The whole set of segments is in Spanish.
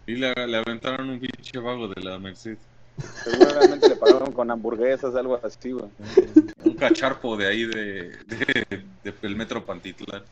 Y le aventaron un pinche vago de la Merced. Seguramente le pagaron con hamburguesas, algo así, güey. Un cacharpo de ahí de el Metro Pantitlán.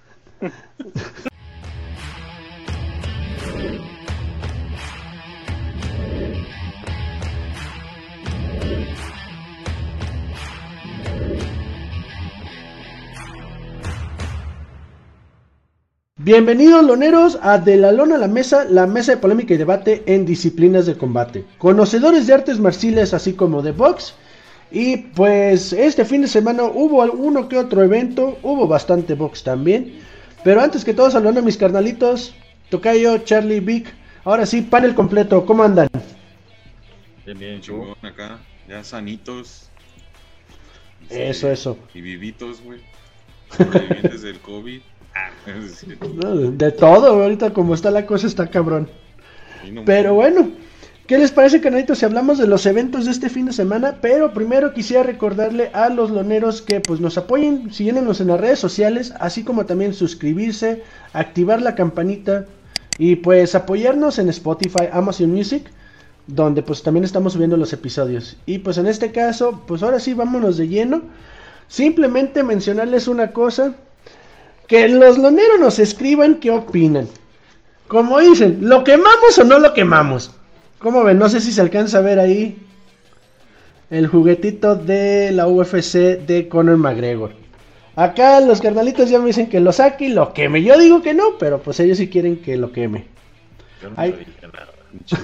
Bienvenidos loneros a De la Lona a la mesa de polémica y debate en disciplinas de combate. Conocedores de artes marciales así como de box. Y pues este fin de semana hubo alguno que otro evento, hubo bastante box también. Pero antes que todo saludando a mis carnalitos, Tocayo, Charlie, Vic. Ahora sí, panel completo, ¿cómo andan? Bien, chingón acá, ya sanitos. Eso. Y vivitos, güey. Sobrevivientes del COVID. De todo, ahorita como está la cosa está cabrón. Pero bueno, ¿qué les parece, canalitos, si hablamos de los eventos de este fin de semana? Pero primero quisiera recordarle a los loneros que pues nos apoyen siguiéndonos en las redes sociales, así como también suscribirse, activar la campanita y pues apoyarnos en Spotify, Amazon Music, donde pues también estamos subiendo los episodios. Y pues en este caso, pues ahora sí vámonos de lleno. Simplemente mencionarles una cosa, que los loneros nos escriban qué opinan. Como dicen, ¿lo quemamos o no lo quemamos? ¿Cómo ven? No sé si se alcanza a ver ahí el juguetito de la UFC de Conor McGregor. Acá los carnalitos ya me dicen que lo saque y lo queme. Yo digo que no, pero pues ellos sí quieren que lo queme. Yo no Ay. dije nada.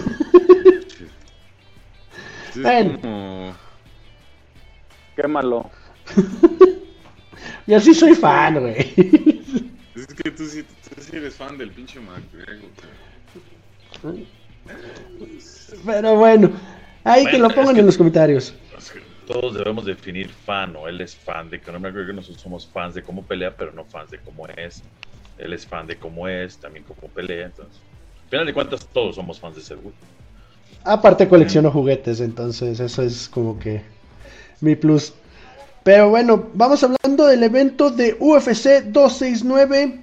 Es Bueno. como... Quémalo. Yo sí soy fan, güey. Es que tú sí eres fan del pinche McGregor. Pero bueno, ahí que lo pongan en los comentarios. Todos debemos definir fan, o él es fan de Conor McGregor. Nosotros somos fans de cómo pelea, pero no fans de cómo es. Él es fan de cómo es, también cómo pelea. Entonces, al final de cuentas, todos somos fans de ese güey. Aparte colecciono juguetes, entonces eso es como que mi plus. Pero bueno, vamos hablando del evento de UFC 269.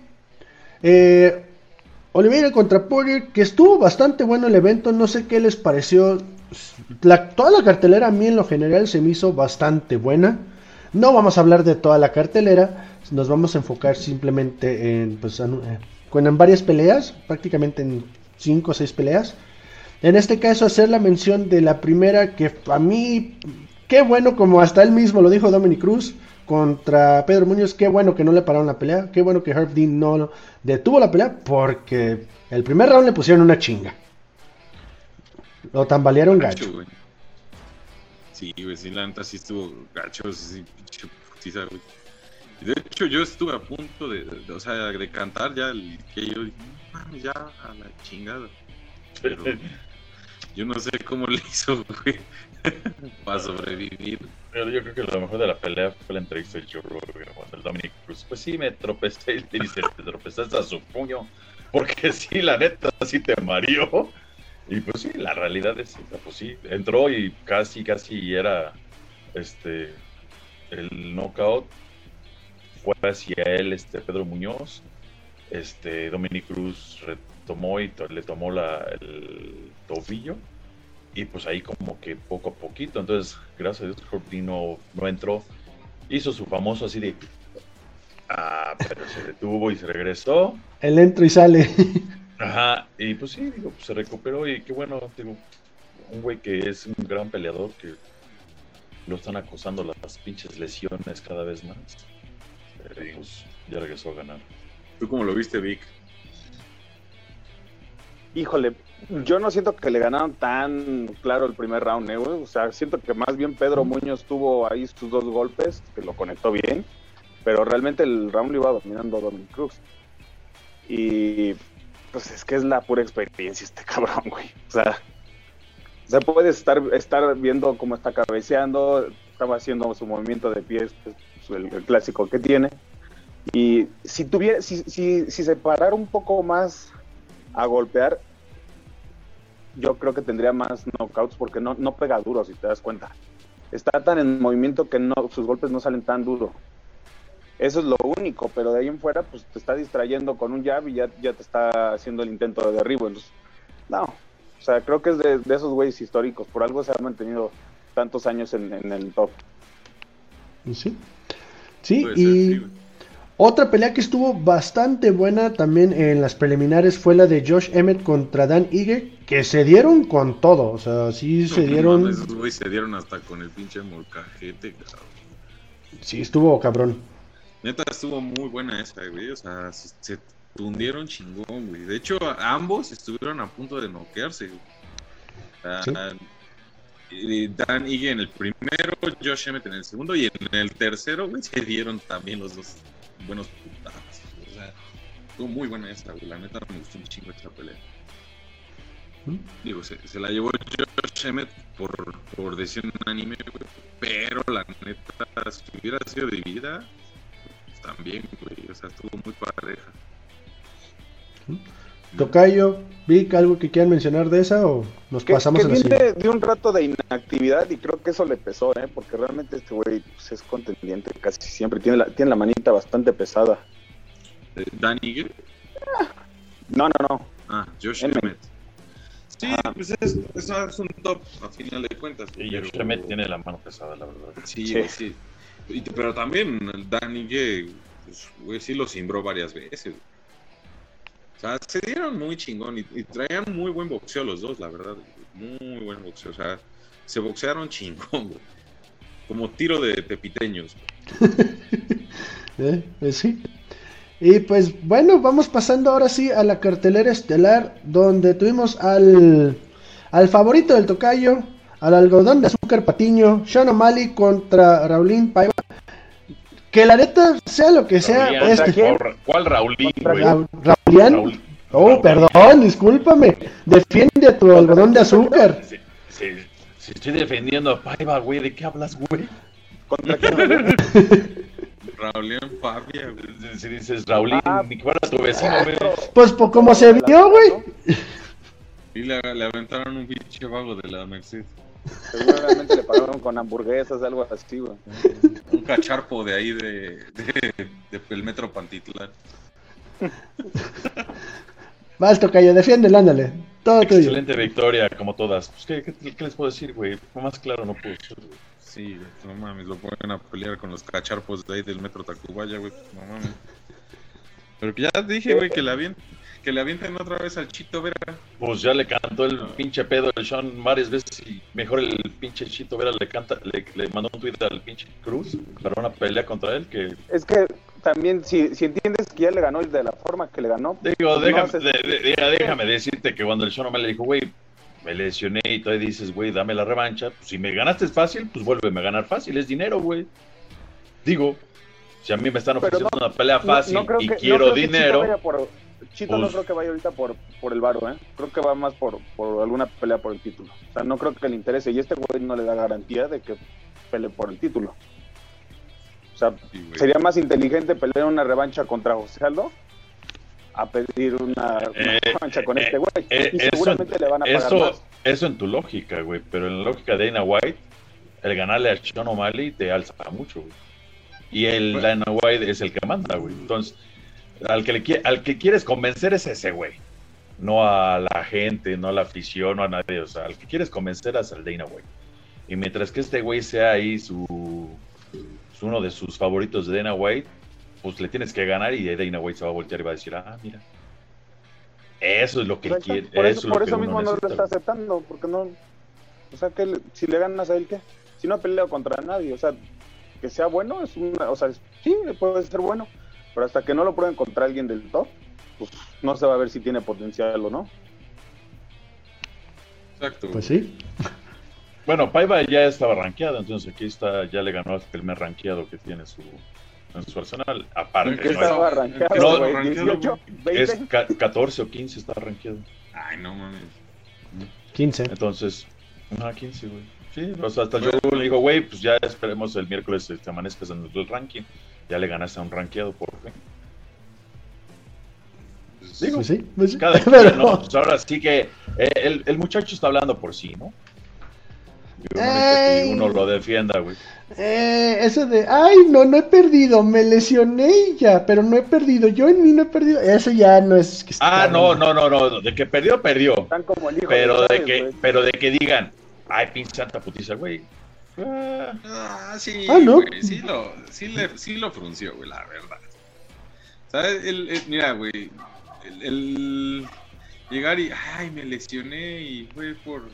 Oliveira contra Poirier, que estuvo bastante bueno el evento, no sé qué les pareció. Toda la cartelera a mí en lo general se me hizo bastante buena. No vamos a hablar de toda la cartelera, nos vamos a enfocar simplemente en, pues, en varias peleas, prácticamente en 5 o 6 peleas. En este caso hacer la mención de la primera, que a mí, qué bueno, como hasta él mismo lo dijo, Dominick Cruz contra Pedro Muñoz, qué bueno que no le pararon la pelea, qué bueno que Herb Dean no detuvo la pelea, porque el primer round le pusieron una chinga. Lo tambalearon gacho. Güey. Sí, güey, sí, la neta sí estuvo gacho, sí, pinche putiza, güey. Y de hecho yo estuve a punto de cantar ya el que yo dije, no mames, ya a la chingada. Pero yo no sé cómo le hizo, güey, para sobrevivir. Pero yo creo que lo mejor de la pelea fue la entrevista de Joe Rogan cuando el Dominick Cruz, pues sí, me tropecé, y dice, te tropezaste a su puño, porque sí, la neta, sí te mareó. Y pues sí, la realidad es, pues sí, entró y casi era, el knockout fue hacia él, Pedro Muñoz, Dominick Cruz retomó y le tomó el tobillo. Y pues ahí como que poco a poquito, entonces gracias a Dios Jordi no entró, hizo su famoso así de pero se detuvo y se regresó. El entro y sale. Ajá, y pues sí, digo, pues se recuperó y qué bueno, digo, un güey que es un gran peleador, que lo están acosando las pinches lesiones cada vez más, pues ya regresó a ganar. ¿Tú cómo lo viste, Vic? Híjole, yo no siento que le ganaron tan claro el primer round, güey. O sea, siento que más bien Pedro Muñoz tuvo ahí sus 2 golpes, que lo conectó bien, pero realmente el round lo iba dominando Dominick Cruz. Y pues es que es la pura experiencia este cabrón, güey. O sea puedes estar viendo cómo está cabeceando, estaba haciendo su movimiento de pies, el clásico que tiene. Y si se parara un poco más a golpear, yo creo que tendría más knockouts, porque no pega duro, si te das cuenta. Está tan en movimiento que sus golpes no salen tan duro. Eso es lo único, pero de ahí en fuera pues te está distrayendo con un jab y ya te está haciendo el intento de derribo. Entonces, No, o sea, creo que es de esos güeyes históricos. Por algo se ha mantenido tantos años en el top. Sí. Sí, Puede y ser, sí, güey. otra pelea que estuvo bastante buena también en las preliminares fue la de Josh Emmett contra Dan Ige, que se dieron con todo, o sea, sí se No dieron, mames, esos güeyes se dieron hasta con el pinche molcajete, cabrón. sí estuvo cabrón. Neta, estuvo muy buena esa, güey. O sea, se tundieron chingón, güey. De hecho, ambos estuvieron a punto de noquearse, güey. O sea, Dan Ige en el primero, Josh Emmett en el segundo, y en el tercero, güey, se dieron también los dos buenos putazos. O sea, estuvo muy buena esa, güey. La neta me gustó un chingo esta pelea. Digo, se la llevó Josh Emmett por decisión unánime, güey. Pero la neta, si hubiera sido dividida, pues también, güey. O sea, estuvo muy pareja. Tocayo, Vic, ¿algo que quieran mencionar de esa o nos pasamos a la viene siguiente? de un rato de inactividad y creo que eso le pesó, porque realmente este güey pues, es contendiente casi siempre, tiene la manita bastante pesada. ¿Dan Ige? No. Ah, Josh Emmett. Emmett. Sí, pues es un top a final de cuentas. Y Josh Emmett tiene la mano pesada, la verdad. Sí, Sí. güey, sí. Pero también el Dan Ige, pues, güey, sí lo cimbró varias veces. O sea, se dieron muy chingón y traían muy buen boxeo los dos, la verdad. Muy buen boxeo. O sea, se boxearon chingón, güey. Como tiro de tepiteños. Sí. Y pues bueno, vamos pasando ahora sí a la cartelera estelar, donde tuvimos al favorito del Tocayo, al algodón de azúcar Patiño, Sean O'Malley contra Raulín Paiva. Que la neta, sea lo que sea, ¿Cuál Raulín, güey? Raulián. Raúl. Oh, Raúl. perdón, discúlpame. Defiende a tu algodón de azúcar. Si estoy defendiendo a Paiva, güey, ¿de qué hablas, güey? ¿Contra quién? Raulín Pavia, güey. Si dices Raulín, ni que fuera tu vecino, güey. Pues como se vio, güey. Y le aventaron un pinche vago de la Merced. Seguramente le pagaron con hamburguesas, algo así, güey. Un cacharpo de ahí del metro Pantitlán. Vas, Tocayo, defiéndelo, ándale. Todo tuyo. Excelente victoria, como todas. Pues, ¿qué les puedo decir, güey? Más claro no puedo ser, güey. Sí, güey, no mames, lo ponen a pelear con los cacharpos de ahí del metro Tacubaya, güey. No mames. Pero que ya dije, güey, que le avienten otra vez al Chito Vera. Pues ya le cantó el pinche pedo el Sean varias veces y mejor el pinche Chito Vera le mandó un tweet al pinche Cruz para una pelea contra él que... Es que también, si entiendes que ya le ganó de la forma que le ganó... Digo, pues déjame decirte que cuando el Sean O'Malley le dijo, güey, me lesioné y todavía dices, güey, dame la revancha, pues si me ganaste fácil, pues vuélveme a ganar fácil, es dinero, güey. Digo, si a mí me están ofreciendo una pelea fácil y quiero dinero... Chito no creo que vaya ahorita por el varo, creo que va más por alguna pelea por el título. O sea, no creo que le interese y este güey no le da garantía de que pelee por el título. O sea, Sí, sería más inteligente pelear una revancha contra José Aldo a pedir una revancha con este güey. Y seguramente le van a pagar más. Eso en tu lógica, güey, pero en la lógica de Dana White, el ganarle a Sean O'Malley te alza mucho, güey. Y el Dana White es el que manda, güey. Entonces, al que quieres convencer es ese güey. No a la gente, no a la afición, no a nadie. O sea, al que quieres convencer es al Dana White. Y mientras que este güey sea ahí uno de sus favoritos de Dana White, pues le tienes que ganar y Dana White se va a voltear y va a decir, mira, eso es lo que quiere. Por eso mismo no lo está aceptando, porque no, o sea, que si le ganas a él, ¿qué? Si no ha peleado contra nadie, o sea, que sea bueno, sí, puede ser bueno, pero hasta que no lo prueben contra alguien del top, pues no se va a ver si tiene potencial o no. Exacto. Pues sí. Bueno, Paiva ya estaba rankeado, entonces aquí ya le ganó el primer rankeado que tiene en su arsenal. Aparte, ¿Qué estaba rankeado, güey? 18, 20. Es 14 o 15 está rankeado. Ay, no mames. 15. Entonces, 15, güey. Sí, o sea, hasta yo le digo, güey, pues ya esperemos el miércoles te amanezcas en el ranking. Ya le ganaste a un rankeado, por fin. Digo, Pues sí, pues sí. cada quien, ¿no? Pues ahora sí que el muchacho está hablando por sí, ¿no? Y uno necesita que uno lo defienda, güey. Eso de, no he perdido, me lesioné y ya, pero no he perdido, yo en mí no he perdido, eso ya no es que no, de que perdió. Están como el hijo Pero de de que, güey. pero de que digan, ay, pinche santa putiza, güey. Sí, ¿no? güey, sí lo frunció, güey, la verdad. ¿Sabes? Mira, güey, el llegar y, me lesioné y fue por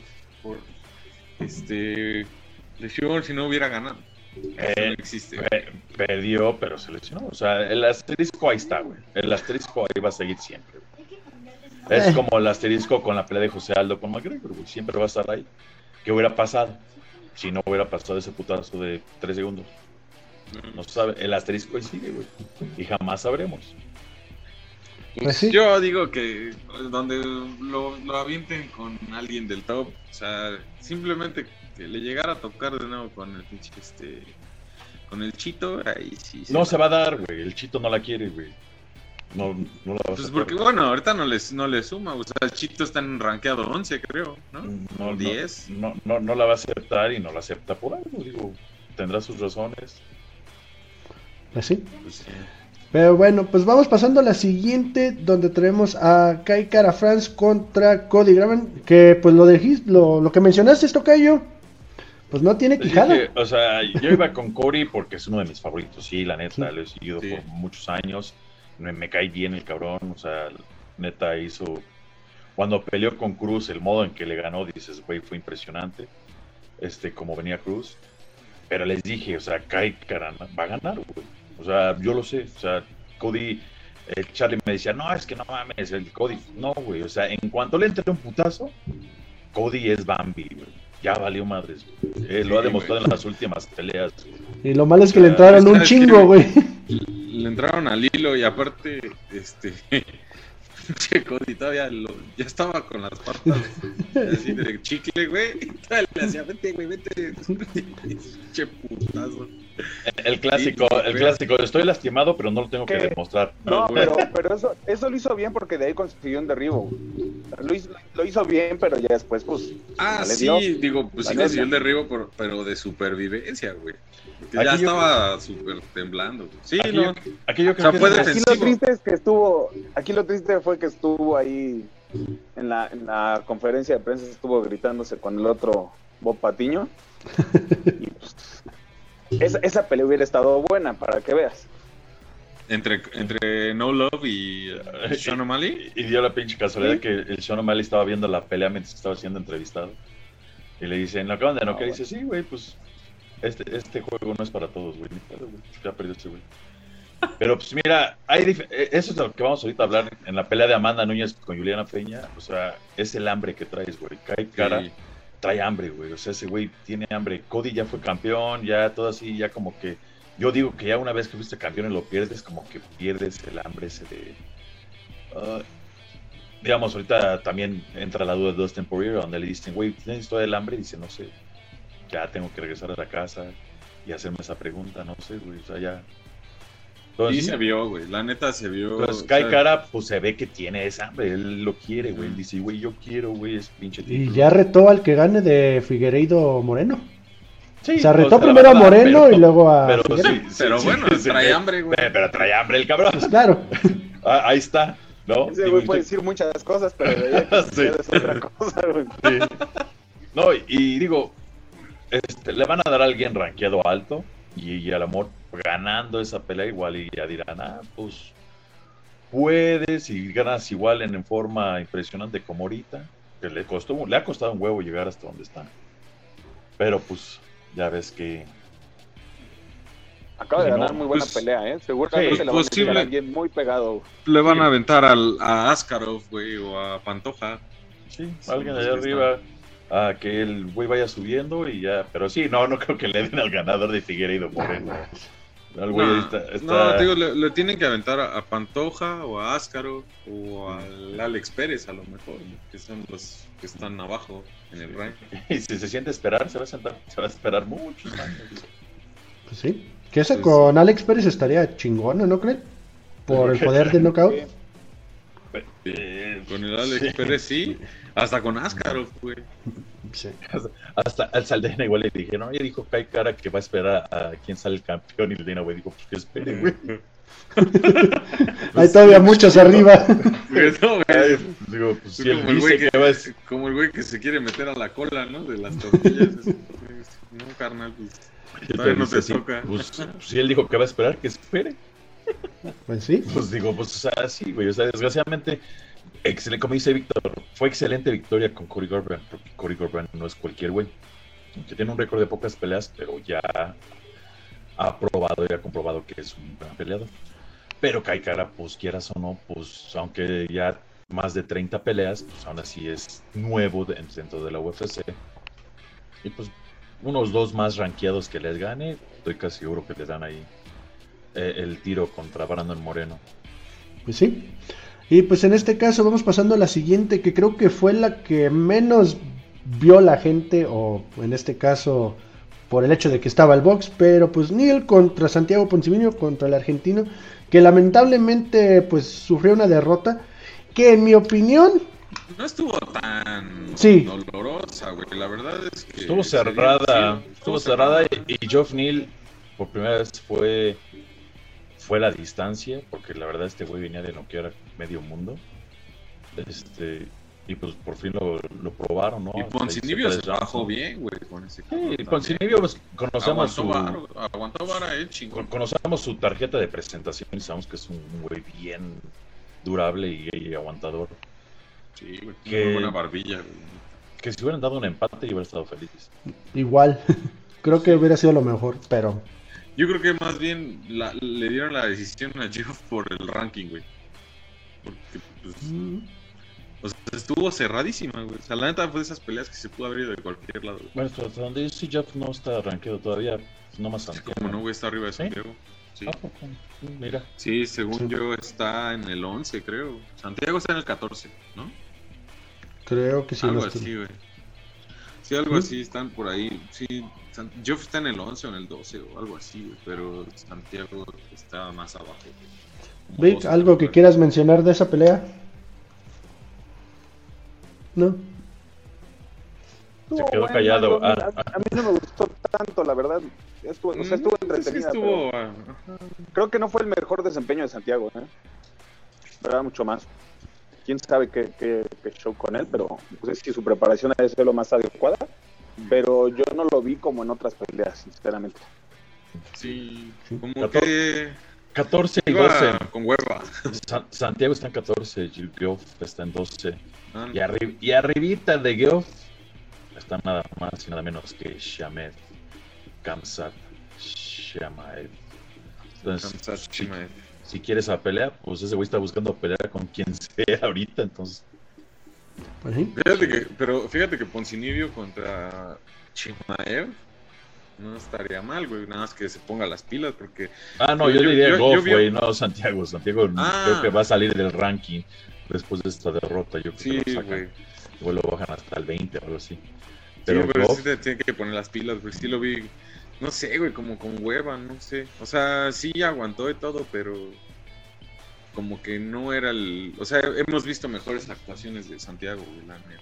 lesión, si no hubiera ganado. Eso no existe. Perdió, pero se lesionó. O sea, el asterisco ahí está, güey. El asterisco ahí va a seguir siempre, güey. Es como el asterisco con la pelea de José Aldo con McGregor, güey. Siempre va a estar ahí. ¿Qué hubiera pasado si no hubiera pasado ese putazo de 3 segundos? No se sabe. El asterisco ahí sigue, güey. Y jamás sabremos. Pues sí. Yo digo que donde lo avienten con alguien del top, o sea, simplemente que le llegara a tocar de nuevo con el pinche con el Chito, ahí sí. No se va a dar, güey. El Chito no la quiere, güey. No la va a Pues sacar. porque, bueno, ahorita no le suma, o sea, el Chito está en rankeado 11, creo, ¿no? No, 10. No la va a aceptar y no la acepta por algo, digo. Tendrá sus razones. Pues sí. Pues, sí. Pero bueno, pues vamos pasando a la siguiente, donde tenemos a Kai Kara France contra Cody Graven, que pues lo que mencionaste, Tocayo, pues no tiene quijada. Dije, o sea, yo iba con Cody porque es uno de mis favoritos, sí, la neta, lo he seguido por muchos años, me cae bien el cabrón, o sea, neta hizo, cuando peleó con Cruz, el modo en que le ganó, dices, güey, fue impresionante, como venía Cruz, pero les dije, o sea, Kai Kara va a ganar, güey. O sea, yo lo sé, o sea, Cody, Charlie me decía, no, es que no mames, el Cody, no, güey, o sea, en cuanto le entre un putazo, Cody es Bambi, güey, ya valió madres, güey. Lo ha demostrado en las últimas peleas, güey. Y lo malo es que le entraron un chingo, güey. Le entraron al hilo y aparte, che, Cody todavía ya estaba con las patas así de chicle, güey, todavía le hacía, vete, che putazo. El clásico, estoy lastimado, pero no lo tengo que demostrar. No, pero eso lo hizo bien porque de ahí consiguió un derribo. Lo hizo bien, pero ya después, pues. Digo, pues sí consiguió el derribo, pero de supervivencia, güey. Porque ya estaba súper temblando. Güey. Sí, aquí yo creo que fue defensivo. Aquí lo triste fue que estuvo ahí en la conferencia de prensa, estuvo gritándose con el otro Bob Patiño. Y pues, esa pelea hubiera estado buena, para que veas. Entre No Love y Sean O'Malley. Y dio la pinche casualidad que el Sean O'Malley estaba viendo la pelea mientras estaba siendo entrevistado. Y le dicen, ¿no acaban de no? Que dice, sí, güey, pues este juego no es para todos, güey. Ya perdió este güey. Pero pues mira, eso es lo que vamos ahorita a hablar en la pelea de Amanda Núñez con Juliana Peña. O sea, es el hambre que traes, güey. Kai Kara trae hambre, güey. O sea, ese güey tiene hambre. Cody ya fue campeón, ya todo así, ya como que. Yo digo que ya una vez que fuiste campeón y lo pierdes, como que pierdes el hambre ese de. Digamos, ahorita también entra la duda de Dustin Poirier, donde le dicen, güey, ¿tienes todo el hambre? Y dice, no sé, ya tengo que regresar a la casa y hacerme esa pregunta, no sé, güey, o sea, ya. Entonces, se vio, güey, la neta se vio. Pues Kai Kara, pues se ve que tiene esa hambre, él lo quiere, güey, él dice, güey, yo quiero, güey, es pinche título. Y ya retó al que gane de Figueiredo Moreno. Sí, o sea, retó primero a Moreno y luego a Figueiredo. Pero bueno, trae hambre, güey. Pero trae hambre el cabrón. Pues claro. Ahí está. ¿No? Ese güey puede decir muchas cosas, pero de ella es otra cosa, güey. Sí. No, y digo, le van a dar a alguien rankeado alto y al amor ganando esa pelea igual y ya dirán, pues puedes y ganas igual en forma impresionante como ahorita, que le ha costado un huevo llegar hasta donde está. Pero pues ya ves que acaba de ganar muy buena pelea, seguramente le van a meter a alguien muy pegado. Le van a aventar a Askarov, güey, o a Pantoja. Sí, alguien allá arriba, a que el güey vaya subiendo y ya. Pero sí, no creo que le den al ganador de Figueiredo Moreno. El güey no, digo, le tienen que aventar a Pantoja o a Askarov o al Alex Pérez a lo mejor, que son los que están abajo en el rank. Y si se siente esperar, se va a esperar muchos años. Pues sí. Que eso con Alex Pérez estaría chingona, ¿no creen? Por el poder del knockout. Con el Alex Pérez sí. Hasta con Askarov, güey. Sí. Hasta al Saldana igual le dije, no, ya dijo Kai Kara que va a esperar a quien sale el campeón y el Dana, güey, dijo, pues que espere, güey. Hay todavía muchos arriba. No, güey. Digo, pues si Como él el dice güey que va a... como el güey que se quiere meter a la cola, ¿no? De las tortillas. No, carnal, pues todavía no te sí, toca. pues, si él dijo que va a esperar, que espere. Pues sí. Pues digo, pues o sea, sí, güey, o sea, desgraciadamente, como dice Víctor, fue excelente victoria con Cody Garbrandt, porque Cody Garbrandt no es cualquier güey, que tiene un récord de pocas peleas, pero ya ha probado y ha comprobado que es un gran peleador. Pero Kai Kara, pues quieras o no, pues aunque ya más de 30 peleas, pues aún así es nuevo dentro de la UFC. Y pues unos 2 más rankeados que les gane, estoy casi seguro que les dan ahí el tiro contra Brandon Moreno. Pues sí. Y pues en este caso vamos pasando a la siguiente, que creo que fue la que menos vio la gente, o en este caso por el hecho de que estaba el box, pero pues Neil contra Santiago Ponzinibbio, contra el argentino, que lamentablemente pues sufrió una derrota, que en mi opinión no estuvo tan dolorosa, güey. La verdad es que estuvo cerrada, y Geoff Neal por primera vez fue la distancia, porque la verdad este güey venía de noquear a medio mundo. Y pues por fin lo probaron, ¿no? Y Ponzinibbio se bajó bien, güey, con ese cabrón. Sí, Ponzinibbio pues, conocemos aguantó vara, chingón. Conocemos su tarjeta de presentación y sabemos que es un güey bien durable y aguantador. Sí, güey, muy buena barbilla, güey. Que si hubieran dado un empate yo hubiera estado feliz. Igual, creo que hubiera sido lo mejor, pero... Yo creo que más bien le dieron la decisión a Geoff por el ranking, güey. Porque, pues... O sea, estuvo cerradísima, güey. O sea, la neta fue de esas peleas que se pudo haber ido de cualquier lado, güey. Bueno, hasta donde yo sí, Geoff no está rankeado todavía, no más Santiago. Como no, güey, está arriba de Santiago. Sí. Mira. Sí, según yo está en el 11, creo. Santiago está en el 14, ¿no? Creo que sí. Algo así, güey. Sí, algo así, están por ahí. Sí, Geoff está en el 11 o en el 12 o algo así, güey. Pero Santiago está más abajo. Vic, ¿algo que quieras mencionar de esa pelea? ¿No? Se quedó callado. A mí no me gustó tanto, la verdad. Estuvo entretenida. Sí, creo que no fue el mejor desempeño de Santiago, Pero mucho más. Quién sabe qué show con él, pero no sé si su preparación ha de ser lo más adecuada. Pero yo no lo vi como en otras peleas, sinceramente. Sí, como que 14 y 12. Con hueva. Santiago está en 14, Geoff está en 12. Y arribita de Geoff está nada más y nada menos que Shamed Khamzat Chimaev. Entonces, si quieres a pelea, pues ese güey está buscando pelear con quien sea ahorita, entonces. Pues sí. Fíjate que Ponzinibbio contra Chimaev no estaría mal, güey, nada más que se ponga las pilas, porque... no, yo diría Goff, güey, no Santiago. Santiago creo que va a salir del ranking después de esta derrota, yo creo que lo sacan. Igual lo bajan hasta el 20 o algo así. Pero Goff... sí te tiene que poner las pilas, güey, sí lo vi, no sé, güey, como con hueva, no sé. O sea, sí aguantó y todo, pero como que no era el... O sea, hemos visto mejores actuaciones de Santiago, güey, la neta.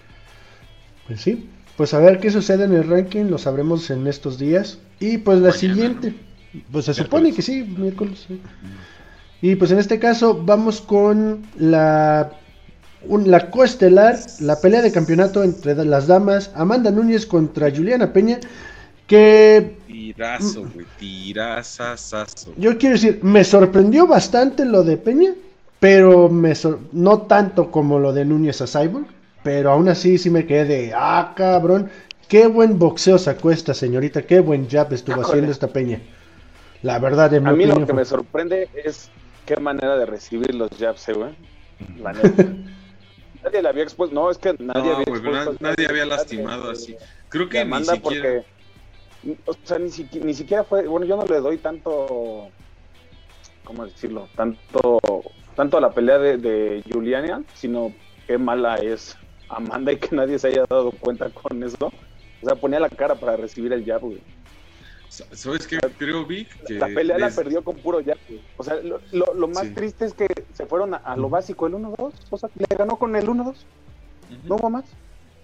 Pues sí. Pues a ver qué sucede en el ranking, lo sabremos en estos días. Y pues la siguiente, pues se supone que sí, miércoles. Sí. Y pues en este caso vamos con la coestelar, la pelea de campeonato entre las damas, Amanda Núñez contra Juliana Peña, que... Tirazo, güey, tirazazazo. Yo quiero decir, me sorprendió bastante lo de Peña, pero no tanto como lo de Núñez a Cyborg. Pero aún así sí me quedé de, cabrón, qué buen boxeo sacó esta señorita, qué buen jab estuvo haciendo esta Peña. La verdad, a mí lo que me sorprende es qué manera de recibir los jabs, güey. La neta. Nadie la había expuesto, no, es que nadie había expuesto. Nadie había lastimado así. Creo que ni siquiera... Porque, o sea, ni siquiera fue, bueno, yo no le doy tanto, ¿cómo decirlo? Tanto a la pelea de Juliana, sino qué mala es Amanda y que nadie se haya dado cuenta con eso. O sea, ponía la cara para recibir el jab, güey. ¿Sabes qué? Creo, Vic, que... La pelea la perdió con puro jab, güey. O sea, lo más triste es que se fueron a lo básico, el 1-2. O sea, le ganó con el 1-2. No hubo más.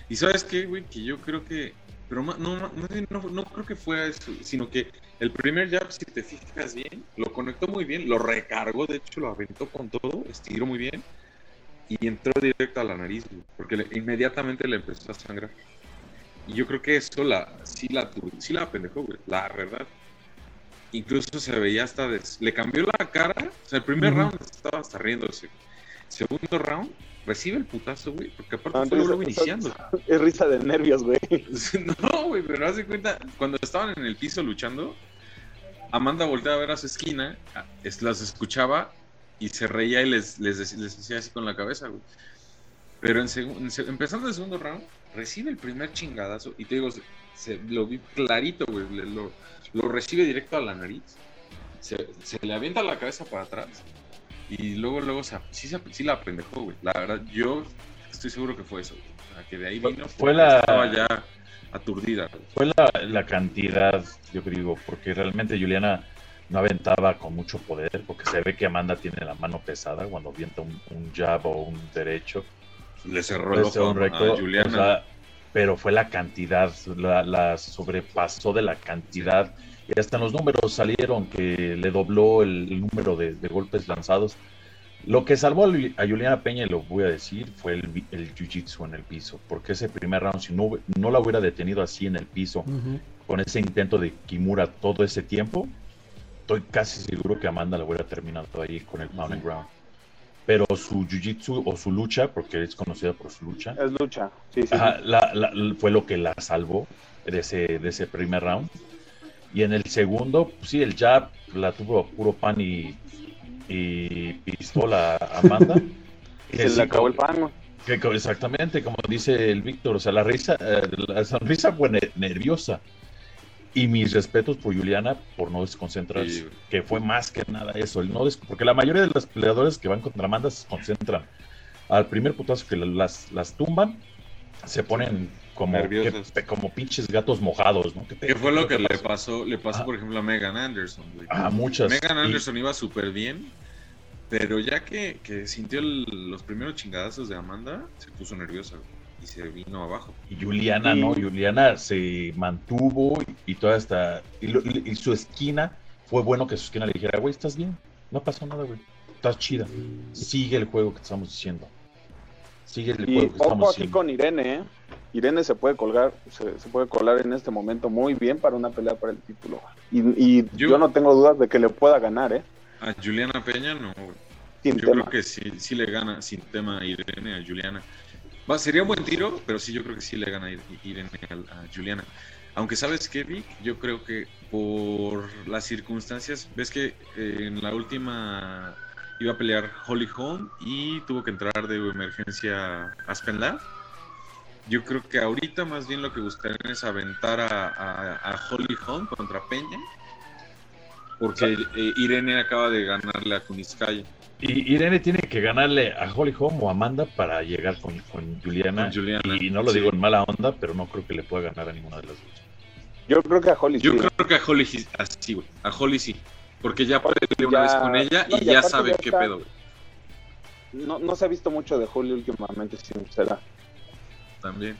Y ¿sabes qué, güey? Que yo creo que... Pero no creo que fue eso, sino que el primer jab, si te fijas bien, lo conectó muy bien, lo recargó, de hecho lo aventó con todo, estiró muy bien y entró directo a la nariz, güey, porque inmediatamente le empezó a sangrar. Y yo creo que eso sí la apendejó, güey, la verdad. Incluso se veía hasta... le cambió la cara, o sea, el primer round estaba hasta riéndose. Segundo round, recibe el putazo, güey, porque aparte fue luego iniciando. Es risa de nervios, güey. No, güey, pero haz de cuenta, cuando estaban en el piso luchando, Amanda volteaba a ver a su esquina, las escuchaba y se reía y les decía así con la cabeza, güey. Pero empezando el segundo round, recibe el primer chingadazo y te digo, lo vi clarito, güey, lo recibe directo a la nariz, se le avienta la cabeza para atrás y luego sí la apendejó, güey. La verdad, yo estoy seguro que fue eso, güey. O sea, que de ahí vino, estaba ya aturdida, güey. Fue la cantidad, yo creo, porque realmente Juliana no aventaba con mucho poder, porque se ve que Amanda tiene la mano pesada cuando avienta un jab o un derecho. Le cerró el ojo a Juliana. O sea, pero fue la cantidad, la sobrepasó de la cantidad. Y hasta en los números salieron que le dobló el número de golpes lanzados. Lo que salvó a Juliana Peña, y lo voy a decir, fue el jiu-jitsu en el piso. Porque ese primer round, si no la hubiera detenido así en el piso, con ese intento de Kimura todo ese tiempo, estoy casi seguro que Amanda la hubiera terminado ahí con el pound and ground. Pero su jiu-jitsu o su lucha, porque es conocida por su lucha. Es lucha, sí. Fue lo que la salvó de ese primer round. Y en el segundo, pues sí, el jab la tuvo a puro pan y pistola a Amanda. Se le acabó el pan. Exactamente, como dice el Víctor, o sea, la sonrisa fue nerviosa. Y mis respetos por Juliana por no desconcentrarse, sí, que fue más que nada eso, porque la mayoría de los peleadores que van contra Amanda se concentran. Al primer putazo que las tumban, se ponen como pinches gatos mojados, ¿no? ¿Qué fue lo que le pasó, por ejemplo, a Megan Anderson, güey? Muchas. Megan Anderson iba súper bien, pero ya que sintió los primeros chingadazos de Amanda, se puso nerviosa, güey. Y se vino abajo. Y Juliana, ¿no? Juliana se mantuvo y toda esta... Y su esquina, fue bueno que su esquina le dijera, güey, ¿estás bien? No pasó nada, güey. Estás chida. Sigue el juego que estamos diciendo. Sigue el juego que estamos aquí con Irene, ¿eh? Irene se puede colar en este momento muy bien para una pelea por el título. Y yo no tengo dudas de que le pueda ganar, ¿eh? A Juliana Peña, no, güey. Yo creo que sí le gana sin tema Irene a Juliana. Sería un buen tiro, pero sí, yo creo que sí le gana Irene a Juliana. Aunque, ¿sabes qué, Vic? Yo creo que por las circunstancias, ves que en la última iba a pelear Holly Holm y tuvo que entrar de emergencia Aspen Ladd. Yo creo que ahorita más bien lo que buscarían es aventar a Holly Holm contra Peña, porque Irene acaba de ganarle a Kuniskaya. Y Irene tiene que ganarle a Holly Holm o a Amanda para llegar con Juliana. Y no lo digo en mala onda, pero no creo que le pueda ganar a ninguna de las dos. Yo creo que a Holly sí. Yo creo que a Holly sí, así, güey. A Holly sí. Porque ya peleó una vez con ella y ya sabe qué pedo, güey. No se ha visto mucho de Holly últimamente, sinceramente. También.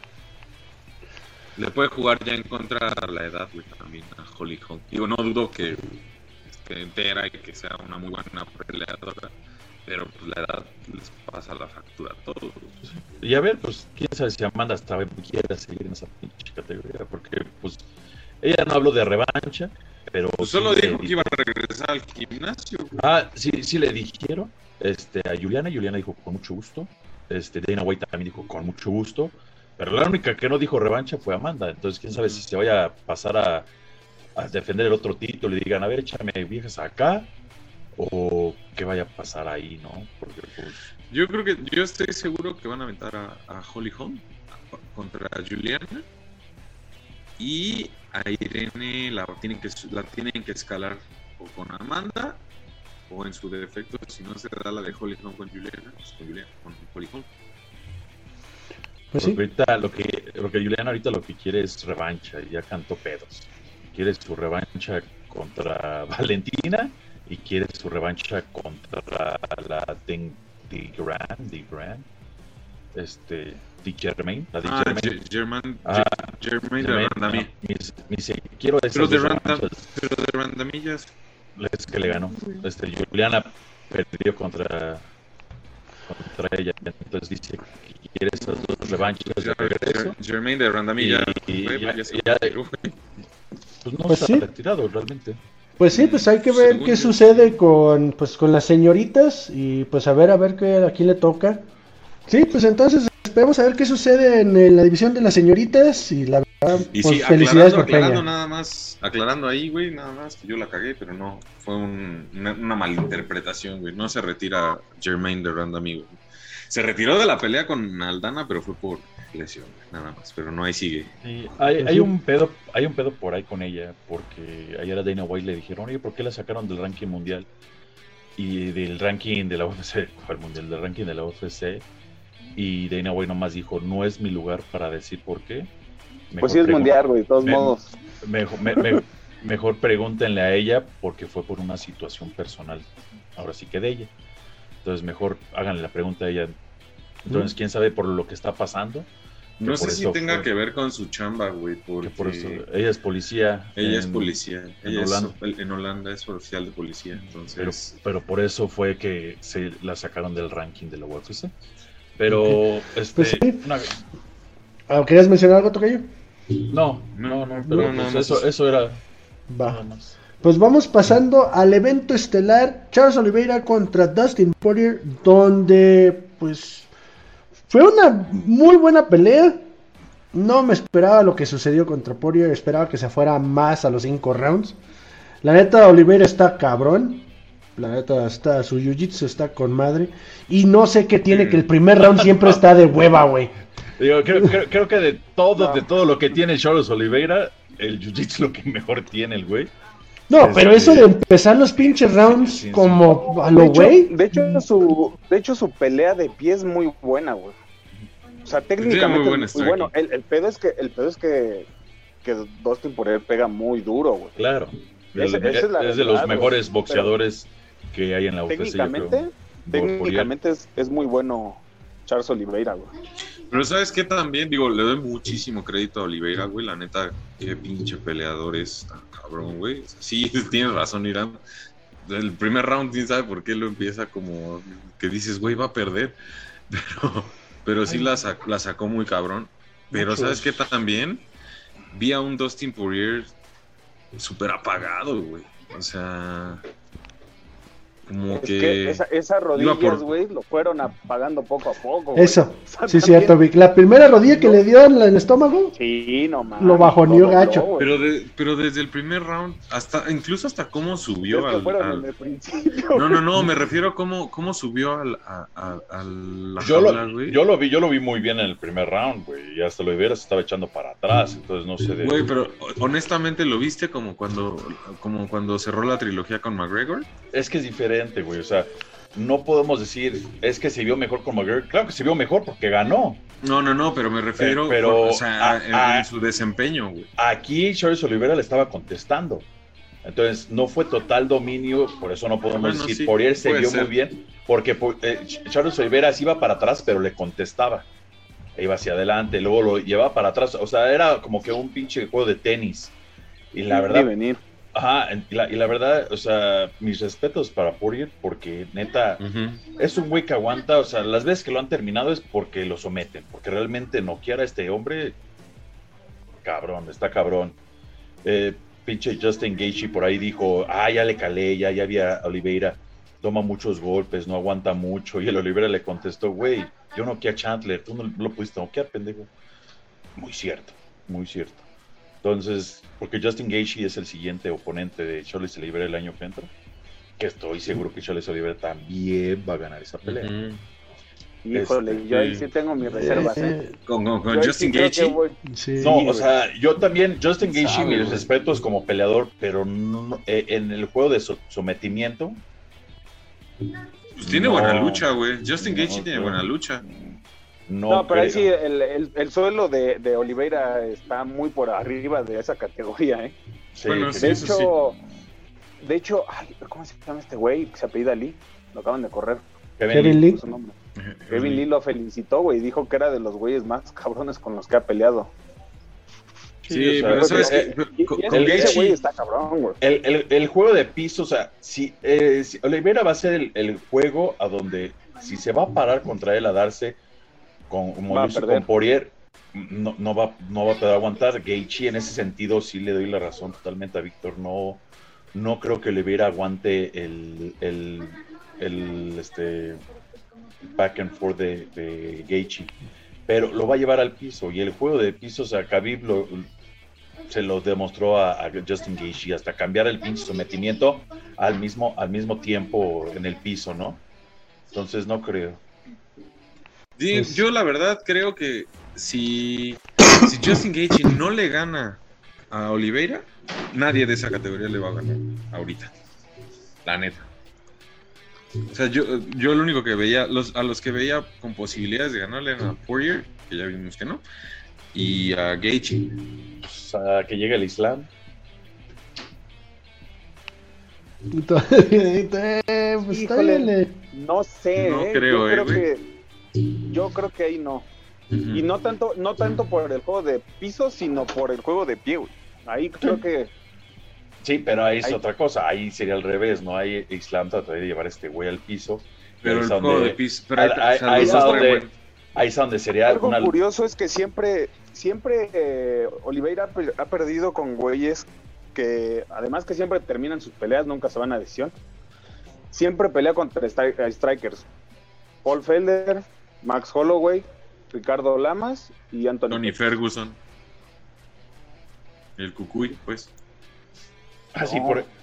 Le puede jugar ya en contra la edad, güey, también a Holly Holm. Digo, no dudo que entera y que sea una muy buena peleadora, pero pues la edad les pasa la factura a todos. Y a ver, pues quién sabe si Amanda hasta quiere seguir en esa pinche categoría, porque pues ella no habló de revancha, pero pues solo dijo que iba a regresar al gimnasio. Sí le dijeron a Juliana dijo con mucho gusto, Dana White también dijo con mucho gusto, pero la única que no dijo revancha fue Amanda. Entonces quién sabe si se vaya a pasar a defender el otro título y digan, a ver, échame viejas acá, o qué vaya a pasar ahí, ¿no? Porque pues... Yo estoy seguro que van a aventar a Holly Holm contra Juliana, y a Irene la tienen que escalar o con Amanda, o en su defecto, si no se da la de Holly Holm con Juliana, pues con Holly Holm. Pues sí. Ahorita lo que Juliana ahorita lo que quiere es revancha, y ya cantó pedos. Quiere su revancha contra Valentina y quiere su revancha contra la de Grand. Germain. La de Ah, Germain. Germain de Randamie. Me dice, quiero Pero esas de dos revanchas. Randamillas. Es que le ganó. Juliana perdió contra ella. Entonces dice que quiere esas dos revanchas de regreso. Germain de Randamie pues no Pues está sí. retirado realmente. Pues sí, pues hay que ver Según qué yo, sucede con las señoritas y pues a ver a quién le toca. Sí, pues entonces esperemos a ver qué sucede en la división de las señoritas y la verdad, Y pues sí, felicidades por aclarando Peña. nada más, aclarando ahí, güey, nada más que yo la cagué, pero no, fue una malinterpretación, güey. No se retira Jermaine de Randamie, güey. Se retiró de la pelea con Aldana, pero fue por lesión, güey, nada más, pero no, ahí sigue. Sí, hay un pedo por ahí con ella, porque ayer a Dana White le dijeron, oye, ¿por qué la sacaron del ranking mundial? Y del ranking de la UFC, ¿cuál mundial? Del ranking de la UFC. Y Dana White nomás dijo, no es mi lugar para decir por qué. Pues sí es mundial, güey, de todos modos. Mejor pregúntenle a ella, porque fue por una situación personal, ahora sí que de ella. Entonces mejor háganle la pregunta a ella. Entonces, ¿quién sabe por lo que está pasando? No sé si tenga que ver con su chamba, güey, porque por eso, ella es policía. Ella es policía. En Holanda. En Holanda es oficial de policía, entonces... Pero por eso fue que se la sacaron del ranking de la UFC. Pero, Pues sí. ¿Querías mencionar algo, Tocayo? No, pero pues eso era... Va. Nada más. Pues vamos pasando al evento estelar, Charles Oliveira contra Dustin Poirier, donde pues fue una muy buena pelea. No me esperaba lo que sucedió contra Poirier, esperaba que se fuera más a los 5 rounds. La neta, Oliveira está cabrón. La neta, su jiu-jitsu está con madre. Y no sé qué tiene, que el primer round siempre está de hueva, güey. Digo, creo que de todo lo que tiene Charles Oliveira, el jiu-jitsu es lo que mejor tiene el güey. No, pero eso de empezar los pinches rounds como a lo güey. De hecho, su pelea de pie es muy buena, güey. O sea, técnicamente es muy bueno. El pedo es que Dustin Poirier pega muy duro, güey. Claro. Es de los mejores boxeadores que hay en la UFC. Técnicamente es muy bueno Charles Oliveira, güey. Pero ¿sabes qué también? Digo, le doy muchísimo crédito a Oliveira, güey. La neta, qué pinche peleador es tan cabrón, güey. O sea, sí, tienes razón, Irán. El primer round, ¿quién sabe por qué lo empieza como que dices, güey, va a perder? Pero sí la sacó muy cabrón. Pero ¿sabes qué también? Vi a un Dustin Poirier súper apagado, güey. O sea, como que esas rodillas, güey, lo fueron apagando poco a poco, güey. Eso, o sea, sí, cierto, Vic. La primera rodilla que le dio en el estómago, sí, no mames, lo bajoneó gacho. Pero desde el primer round, incluso hasta cómo subió No, me refiero a cómo subió a la jaula, güey. Yo lo vi muy bien en el primer round, güey, y hasta Oliveira se estaba echando para atrás, entonces no sé de... Güey, pero honestamente, ¿lo viste como cuando cerró la trilogía con McGregor? Es que es diferente, güey, o sea, no podemos decir, es que se vio mejor con McGregor. Claro que se vio mejor porque ganó. No, pero me refiero en su desempeño, güey. Aquí Charles Oliveira le estaba contestando. Entonces, no fue total dominio, por eso no podemos decir, sí, Poirier se vio muy bien, porque Charles Oliveira sí iba para atrás, pero le contestaba. Iba hacia adelante, luego lo llevaba para atrás, o sea, era como que un pinche juego de tenis. Y la verdad... venir. Ajá, y la verdad, o sea, mis respetos para Poirier, porque neta, es un güey que aguanta, o sea, las veces que lo han terminado es porque lo someten, porque realmente noquear a este hombre, cabrón, está cabrón. Pinche Justin Gaethje por ahí dijo, ya le calé, ya había Oliveira, toma muchos golpes, no aguanta mucho, y el Oliveira le contestó, güey, yo noqueé a Chandler, tú no lo pudiste noquear, pendejo. Muy cierto, muy cierto. Entonces, porque Justin Gaethje es el siguiente oponente de Charles Oliveira el año que entra, que estoy seguro que Charles Oliveira también va a ganar esa pelea. Híjole, yo ahí sí tengo mis reservas, Con Justin Gaethje. Sí, no, o sea, yo también, Justin Gaethje, mis respetos como peleador, pero no, en el juego de sometimiento. Pues tiene buena lucha, güey. Justin Gaethje tiene buena lucha. No, pero ahí sí, el suelo de Oliveira está muy por arriba de esa categoría, ¿eh? Sí, bueno, de hecho, ¿cómo se llama este güey? Que se apellida Lee, lo acaban de correr. Kevin Lee. Kevin Lee lo felicitó, güey, y dijo que era de los güeyes más cabrones con los que ha peleado. Sí, o sea, pero sabes que ese güey está cabrón, güey. El juego de piso, o sea, si Oliveira va a ser el juego a donde si se va a parar contra él a darse como lo hizo con Poirier, no va a poder aguantar. Gaethje en ese sentido sí le doy la razón totalmente a Víctor, no creo que Oliveira aguante el back and forth de Gaethje, pero lo va a llevar al piso, y el juego de piso, o sea, Khabib se lo demostró a Justin Gaethje, hasta cambiar el pinche sometimiento al mismo tiempo en el piso, ¿no? Entonces no creo. Sí, yo la verdad creo que si Justin Gaethje no le gana a Oliveira, nadie de esa categoría le va a ganar ahorita, la neta. O sea, yo lo único que veía, a los que veía con posibilidades de ganarle eran a Poirier, que ya vimos que no, y a Gaethje. Pues a que llegue el Islam. Pues Híjole, no sé, no creo, yo creo que ahí no. Uh-huh. Y no tanto por el juego de piso, sino por el juego de pie, güey. Ahí creo que... Sí, pero ahí es otra cosa, ahí sería al revés, ¿no? Ahí Islam trataría de llevar a este güey al piso. Pero el juego de piso... Ahí es donde sería... Algo curioso es que siempre Oliveira ha perdido con güeyes que, además que siempre terminan sus peleas, nunca se van a decisión. Siempre pelea contra strikers. Paul Felder, Max Holloway, Ricardo Lamas y Tony Ferguson. El Cucuy, pues. Sí,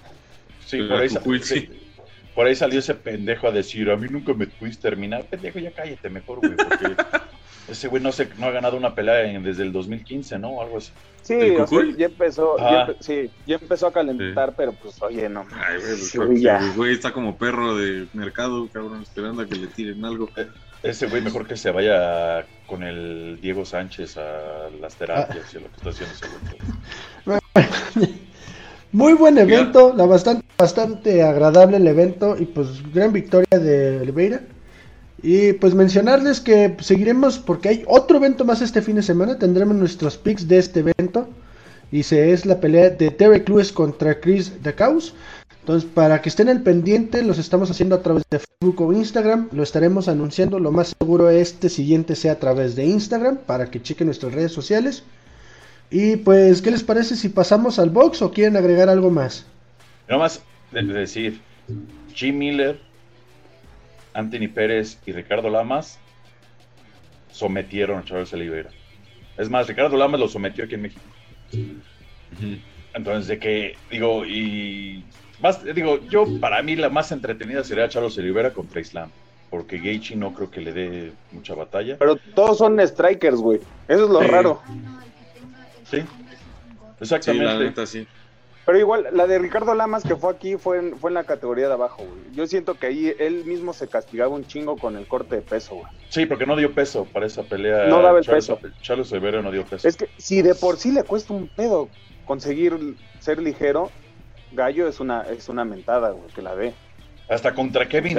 por ahí salió ese pendejo a decir, a mí nunca me pudiste terminar. Pendejo, ya cállate mejor, güey, porque ese güey no ha ganado una pelea desde el 2015, ¿no? Algo así. Sí, o sea, ya empezó a calentar, sí. Pero pues, oye, no. Ay, güey, el güey está como perro de mercado, cabrón, esperando a que le tiren algo. Ese güey mejor que se vaya con el Diego Sánchez a las terapias y a lo que está haciendo ese güey. Muy buen evento, bastante agradable el evento, y pues gran victoria de Oliveira. Y pues mencionarles que seguiremos, porque hay otro evento más este fin de semana, tendremos nuestros picks de este evento, y es la pelea de Derek Lewis contra Chris Daukaus. Entonces, para que estén al pendiente, los estamos haciendo a través de Facebook o Instagram, lo estaremos anunciando, lo más seguro siguiente sea a través de Instagram, para que chequen nuestras redes sociales. Y pues, ¿qué les parece si pasamos al box o quieren agregar algo más? Nada más de decir, Jim Miller, Anthony Pérez y Ricardo Lamas sometieron a Charles Oliveira. Es más, Ricardo Lamas lo sometió aquí en México. Uh-huh. Entonces, yo para mí la más entretenida sería Charles Oliveira contra Islam, porque Gaethje no creo que le dé mucha batalla. Pero todos son strikers, güey. Eso es lo raro. Sí, exactamente. Sí, la neta, sí. Pero igual, la de Ricardo Lamas que fue aquí fue en la categoría de abajo, güey. Yo siento que ahí él mismo se castigaba un chingo con el corte de peso, güey. Sí, porque no dio peso para esa pelea. No daba el peso. Charles Oliveira no dio peso. Es que si de por sí le cuesta un pedo conseguir ser ligero, Gallo es una mentada, güey, que la ve. Hasta contra Kevin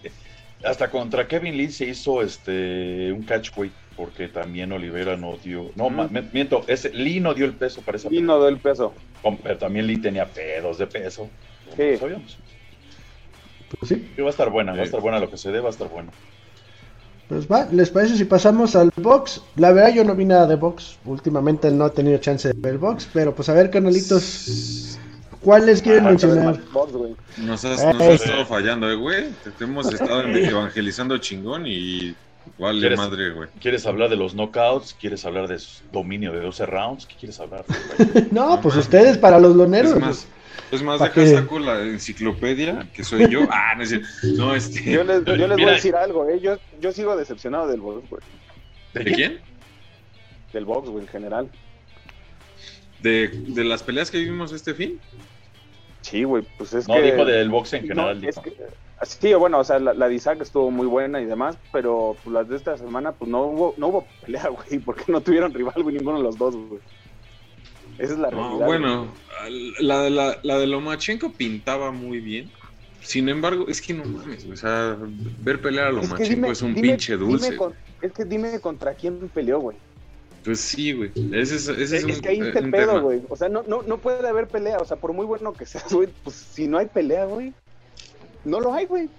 Lee se hizo un catch weight, porque también Oliveira no dio, miento, Lee no dio el peso para esa pelea. Lee no dio el peso. Pero también Lee tenía pedos de peso. Sí. No sabíamos. Pues sí. Va a estar buena, va a estar buena lo que se dé, va a estar bueno. Pues ¿les parece si pasamos al box? La verdad yo no vi nada de box, últimamente no he tenido chance de ver box, pero pues a ver, canalitos, ¿cuáles quieren mencionar? Nos has estado fallando, güey. Te hemos estado evangelizando chingón y vale madre, güey. ¿Quieres hablar de los knockouts? ¿Quieres hablar de dominio de 12 rounds? ¿Qué quieres hablar? No, pues ustedes para los loneros. Es más, deja saco la enciclopedia, que soy yo. No es cierto. No, Yo les voy a decir algo, yo sigo decepcionado del box, güey. ¿De quién? Del box, güey, en general. ¿De las peleas que vimos este fin? Sí, güey, pues es que... No, dijo del box en general, dijo. Sí, bueno, o sea, la de Isaac estuvo muy buena y demás, pero pues, las de esta semana, pues no hubo pelea, güey, porque no tuvieron rival, güey, ninguno de los dos, güey. Esa es la realidad. Bueno, la de Lomachenko pintaba muy bien. sin embargo, es que no mames, o sea, ver pelear a Lomachenko es un pinche dulce. Dime contra quién peleó, güey. Pues sí, güey. Ese es que ahí está el pedo, güey. O sea, no puede haber pelea. O sea, por muy bueno que seas, güey, pues si no hay pelea, güey, no lo hay, güey.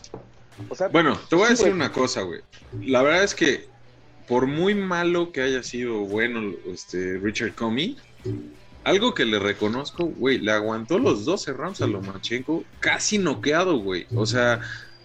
O sea, bueno, te voy a decir güey. una cosa, güey. La verdad es que por muy malo que haya sido bueno Richard Comey, algo que le reconozco, güey, le aguantó los 12 rounds a Lomachenko casi noqueado, güey. O sea,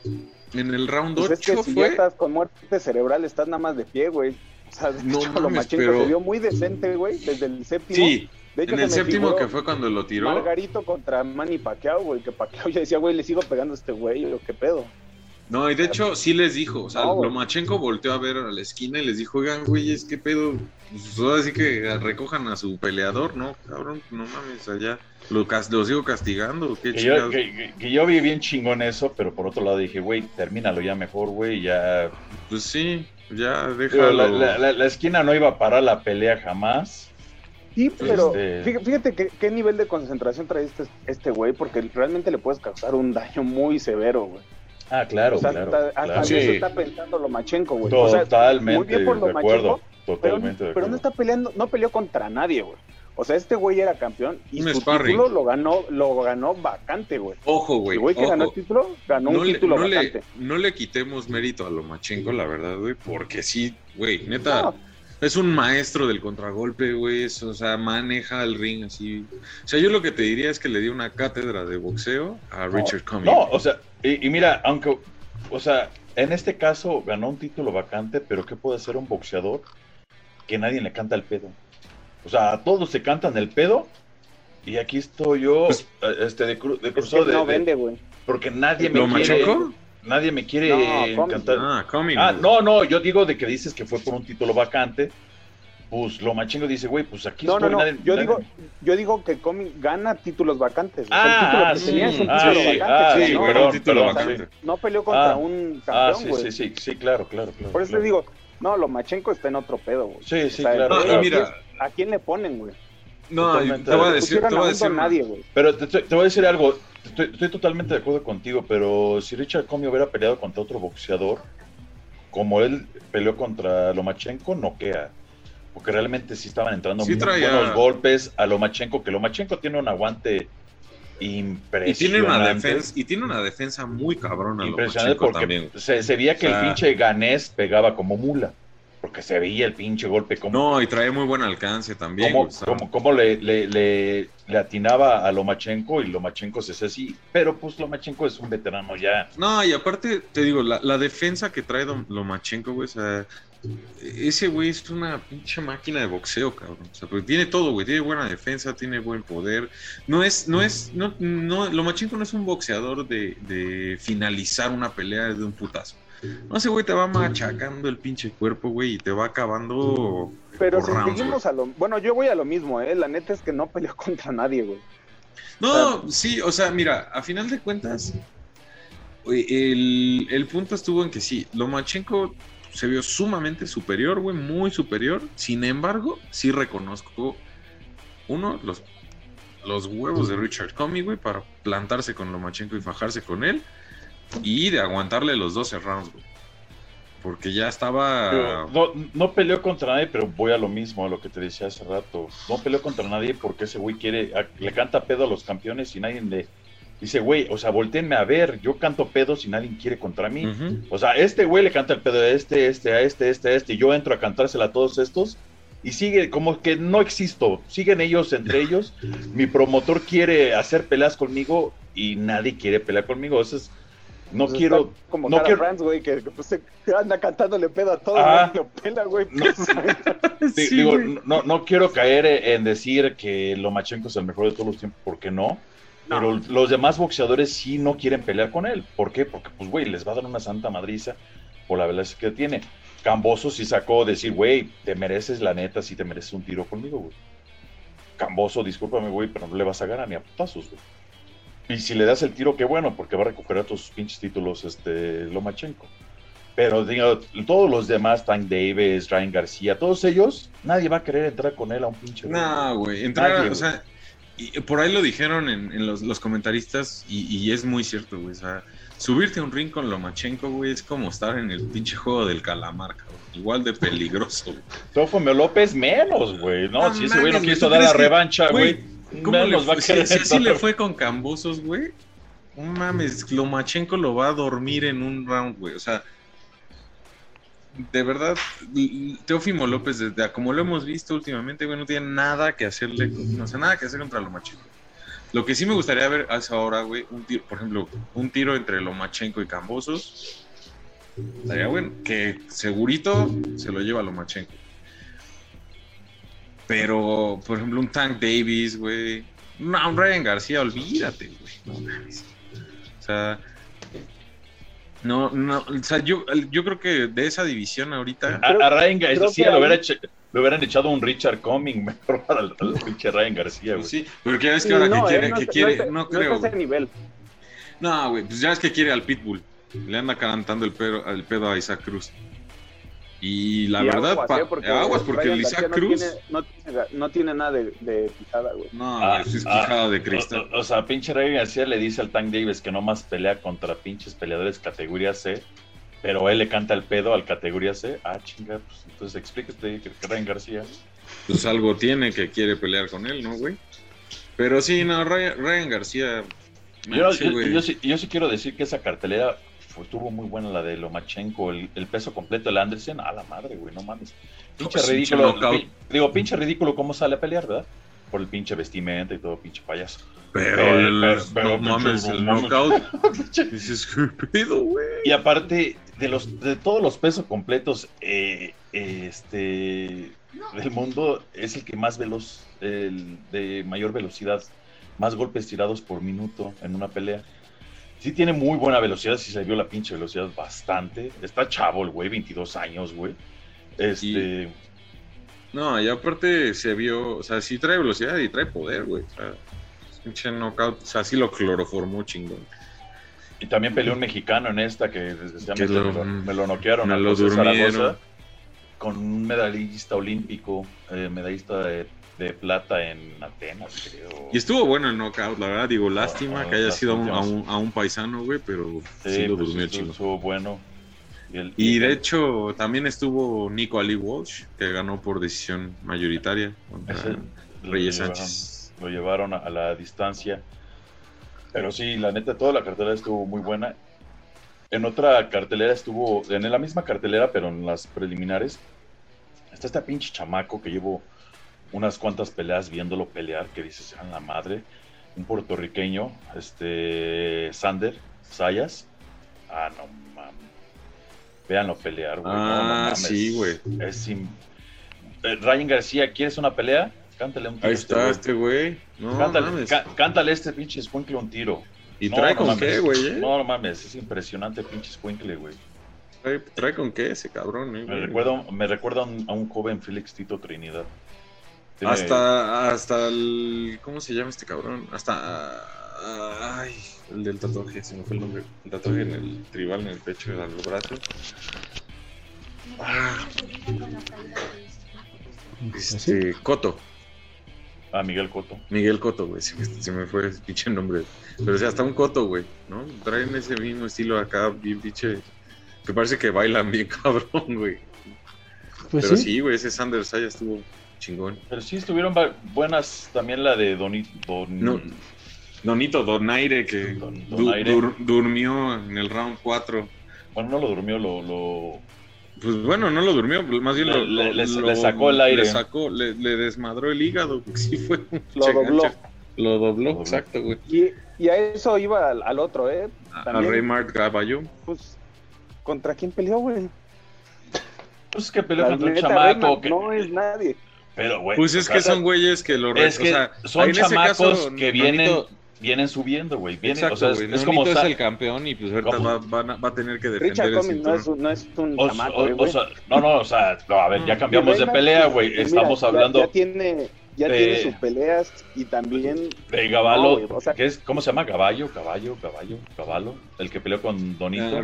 en el round 8 pues es que si ya estás con muerte cerebral, estás nada más de pie, güey. O sea, no mames, Lomachenko pero... se vio muy decente, güey, desde el séptimo. Sí, de hecho, en el séptimo que fue cuando lo tiró. Margarito contra Manny Pacquiao, güey, que Pacquiao ya decía, güey, le sigo pegando a este güey, o qué pedo. No, y de hecho sí les dijo, o sea, no, Lomachenko volteó a ver a la esquina y les dijo, oigan, güeyes, qué pedo, pues ahora sí que recojan a su peleador, ¿no? Cabrón, no mames, allá lo sigo castigando, qué chingados. Que yo vi bien chingón eso, pero por otro lado dije, güey, termínalo ya mejor, güey, ya... Pues sí, ya déjalo. La esquina no iba a parar la pelea jamás. Sí, pero fíjate qué nivel de concentración trae este güey, porque realmente le puedes causar un daño muy severo, güey. Ah, claro, o sea, claro. Hasta sí. eso está pensando Lomachenko, güey. Totalmente, muy bien por de acuerdo. pero Totalmente de acuerdo. no está peleando, no peleó contra nadie, güey. O sea, este güey era campeón y un su sparring. título lo ganó vacante, güey. Ojo, güey. El güey que ganó el título, ganó un título vacante. No le quitemos mérito a Lomachenko, la verdad, güey, porque sí, güey, neta, es un maestro del contragolpe, güey, o sea, maneja el ring así. O sea, yo lo que te diría es que le dio una cátedra de boxeo a Richard Comey. No, o sea, y mira, aunque, o sea, en este caso ganó un título vacante, pero ¿qué puede hacer un boxeador que nadie le canta el pedo? O sea, a todos se cantan el pedo y aquí estoy yo, pues, de cruzado no vende, güey. Porque nadie me ¿Lomachenko? quiere. Nadie me quiere cantar. Comey. No, yo digo de que dices que fue por un título vacante. Pues Lomachenko dice, güey, pues aquí estoy. Yo digo que Comey gana títulos vacantes. Ah, el título que tenía es un título vacante. Sí, ¿no? perdón, título vacante. Sí. No peleó contra un campeón, güey. Sí, claro. Por eso te digo, no, Lomachenko está en otro pedo, güey. Sí, o sea, claro. No, y mira, ¿a quién le ponen, güey? No, te voy a decir nadie, güey. Pero te voy a decir algo. Estoy totalmente de acuerdo contigo, pero si Richard Comey hubiera peleado contra otro boxeador, como él peleó contra Lomachenko, noquea. Porque realmente sí estaban entrando muy buenos golpes a Lomachenko, que Lomachenko tiene un aguante impresionante. Y tiene una defensa muy cabrona. Impresionante porque también. Se veía que el pinche ganés pegaba como mula. Porque se veía el pinche golpe como... No, y trae muy buen alcance también. Como le atinaba a Lomachenko y Lomachenko se hace así. Pero pues Lomachenko es un veterano ya. No, y aparte, te digo, la defensa que trae Lomachenko, güey, o sea... Ese güey es una pinche máquina de boxeo, cabrón. O sea, porque tiene todo, güey. Tiene buena defensa, tiene buen poder. Lomachenko no es un boxeador de finalizar una pelea de un putazo. No, ese güey te va machacando el pinche cuerpo, güey, y te va acabando. Pero si seguimos a lo... Bueno, yo voy a lo mismo, la neta es que no peleó contra nadie, güey. No, sí, o sea, mira, a final de cuentas, el punto estuvo en que sí, Lomachenko se vio sumamente superior, güey, muy superior. Sin embargo, sí reconozco, los huevos de Richard Comey, güey, para plantarse con Lomachenko y fajarse con él. Y de aguantarle los 12 rounds, güey. Porque ya estaba... No peleó contra nadie, pero voy a lo mismo, a lo que te decía hace rato. No peleó contra nadie porque ese güey le canta pedo a los campeones y nadie le... Dice, güey, o sea, voltéenme a ver, yo canto pedos y nadie quiere contra mí. Uh-huh. O sea, este güey le canta el pedo a este, y yo entro a cantársela a todos estos, y sigue como que no existo. Siguen ellos entre ellos. Mi promotor quiere hacer peleas conmigo y nadie quiere pelear conmigo. Eso es... No pues quiero... Como no quiero... Franz, güey, que pues, anda cantándole pedo a todos, lo pela, güey. Sí, digo, no quiero caer en decir que Lomachenko es el mejor de todos los tiempos, porque no. Pero los demás boxeadores sí no quieren pelear con él. ¿Por qué? Porque, pues, güey, les va a dar una santa madriza por la velocidad que tiene. Camboso sí sacó decir, güey, te mereces, la neta, sí te mereces un tiro conmigo, güey. Camboso, discúlpame, güey, pero no le vas a ganar ni a putazos, güey. Y si le das el tiro, qué bueno, porque va a recuperar todos sus pinches títulos, Lomachenko. Pero, digo, todos los demás, Tank Davis, Ryan García, todos ellos, nadie va a querer entrar con él a un pinche... No, güey, entrar, o sea... Y por ahí lo dijeron en los comentaristas, y es muy cierto, güey. O sea, subirte a un ring con Lomachenko, güey, es como estar en el pinche juego del calamar, cabrón. Igual de peligroso, güey. Teófimo López menos, güey. No, si ese güey no mames, quiso ¿tú dar la crees que, revancha, güey. ¿Cómo le va a fue? querer Si así le fue con Kambosos, güey. No mames, Lomachenko lo va a dormir en un round, güey. O sea, de verdad, Teófimo López, desde como lo hemos visto últimamente, güey, no tiene nada que hacerle, no sé, nada que hacer contra Lomachenko. Lo que sí me gustaría ver es ahora, güey, un tiro, por ejemplo, un tiro entre Lomachenko y Kambosos. Estaría bueno, que segurito se lo lleva Lomachenko. Pero, por ejemplo, un Tank Davis, güey. No, un Ryan García, olvídate, güey. No mames. O sea, no, o sea, yo creo que de esa división ahorita. A Ryan García le hubieran echado un Richard Cumming mejor al pinche Ryan García, güey. Pues sí, pero ya ves que ahora quiere, no creo. No está a ese nivel. No, güey, pues ya es que quiere al Pitbull. Le anda cantando el pedo a Isaac Cruz. Y la verdad, aguas, porque el Isaac Cruz no tiene nada de picada, güey. No, es quijada de cristal. O sea, pinche Ryan García le dice al Tank Davis que nomás pelea contra pinches peleadores categoría C, pero él le canta el pedo al categoría C. Ah, chinga, pues entonces explícate que Ryan García. Pues algo tiene que quiere pelear con él, ¿no, güey? Pero sí, no, Ryan García. Yo sí quiero decir que esa cartelera estuvo muy buena, la de Lomachenko, el peso completo, el Anderson, a la madre, güey, no mames. Pinche ridículo. Pinche ridículo cómo sale a pelear, ¿verdad? Por el pinche vestimenta y todo, pinche payaso. Pero no mames, el knockout. Dices, ¿qué pedo, güey? Y aparte, de todos los pesos completos, del mundo, es el que más veloz, el de mayor velocidad, más golpes tirados por minuto en una pelea. Sí tiene muy buena velocidad, sí se vio la pinche velocidad bastante. Está chavo el güey, 22 años, güey. No, y aparte se vio, o sea, sí trae velocidad y trae poder, güey. O sea, pinche knockout, o sea, sí lo cloroformó chingón. Y también peleó un mexicano en esta que desgraciadamente me lo noquearon. Me lo durmieron. Con un medallista olímpico, medallista de plata en Atenas, creo. Y estuvo bueno el knockout, la verdad, digo, lástima que haya sido a un paisano, güey, pero sí lo durmió el chico. Estuvo bueno. Y de hecho, también estuvo Nico Ali Walsh, que ganó por decisión mayoritaria contra Reyes Sánchez. Lo llevaron a la distancia. Pero sí, la neta, toda la cartelera estuvo muy buena. En otra cartelera en la misma cartelera, pero en las preliminares, está este pinche chamaco que llevo unas cuantas peleas viéndolo pelear, que dices, a la madre, un puertorriqueño, Sander Sayas. Ah, no mames. Véanlo pelear, güey. No mames. Sí, güey. Ryan García, ¿quieres una pelea? Cántale un tiro. Ahí está este güey. No, cántale este pinche escuincle un tiro. ¿Y trae con qué, güey? No mames, es impresionante pinche escuincle, güey. ¿Trae con qué ese cabrón? Me recuerda a un joven Félix Tito Trinidad. Hasta el... ¿Cómo se llama este cabrón? El del tatuaje, se me fue el nombre. El tatuaje en el tribal, en el pecho, en los brazos. Cotto. Miguel Cotto. Miguel Cotto, güey, se me fue el pinche nombre. Pero o sea, hasta un Cotto, güey, ¿no? Traen ese mismo estilo acá, bien pinche... Que parece que bailan bien cabrón, güey. Pues pero sí, güey, ese Sanders ya estuvo chingón. Pero sí estuvieron buenas también la de Donito Donaire, que durmió en el round 4. Bueno, no lo durmió, Pues bueno, no lo durmió, más bien le sacó el aire. Le desmadró el hígado, porque sí fue un Lo dobló, exacto, güey. Y a eso iba al otro, A Raymart Gaballo. Pues, ¿contra quién peleó, güey? Pues que peleó contra un chamaco. No es nadie. Pero, güey. Pues es que son güeyes que son chamacos que vienen subiendo, güey. Exacto, o sea, es como es el campeón y pues ahorita va a tener que defender Richard el cinturón. no es un chamaco, güey. A ver, ya cambiamos de pelea, güey. Estamos hablando... Ya tiene sus peleas y también... De Gaballo, ¿cómo se llama? Caballo, el que peleó con Donito.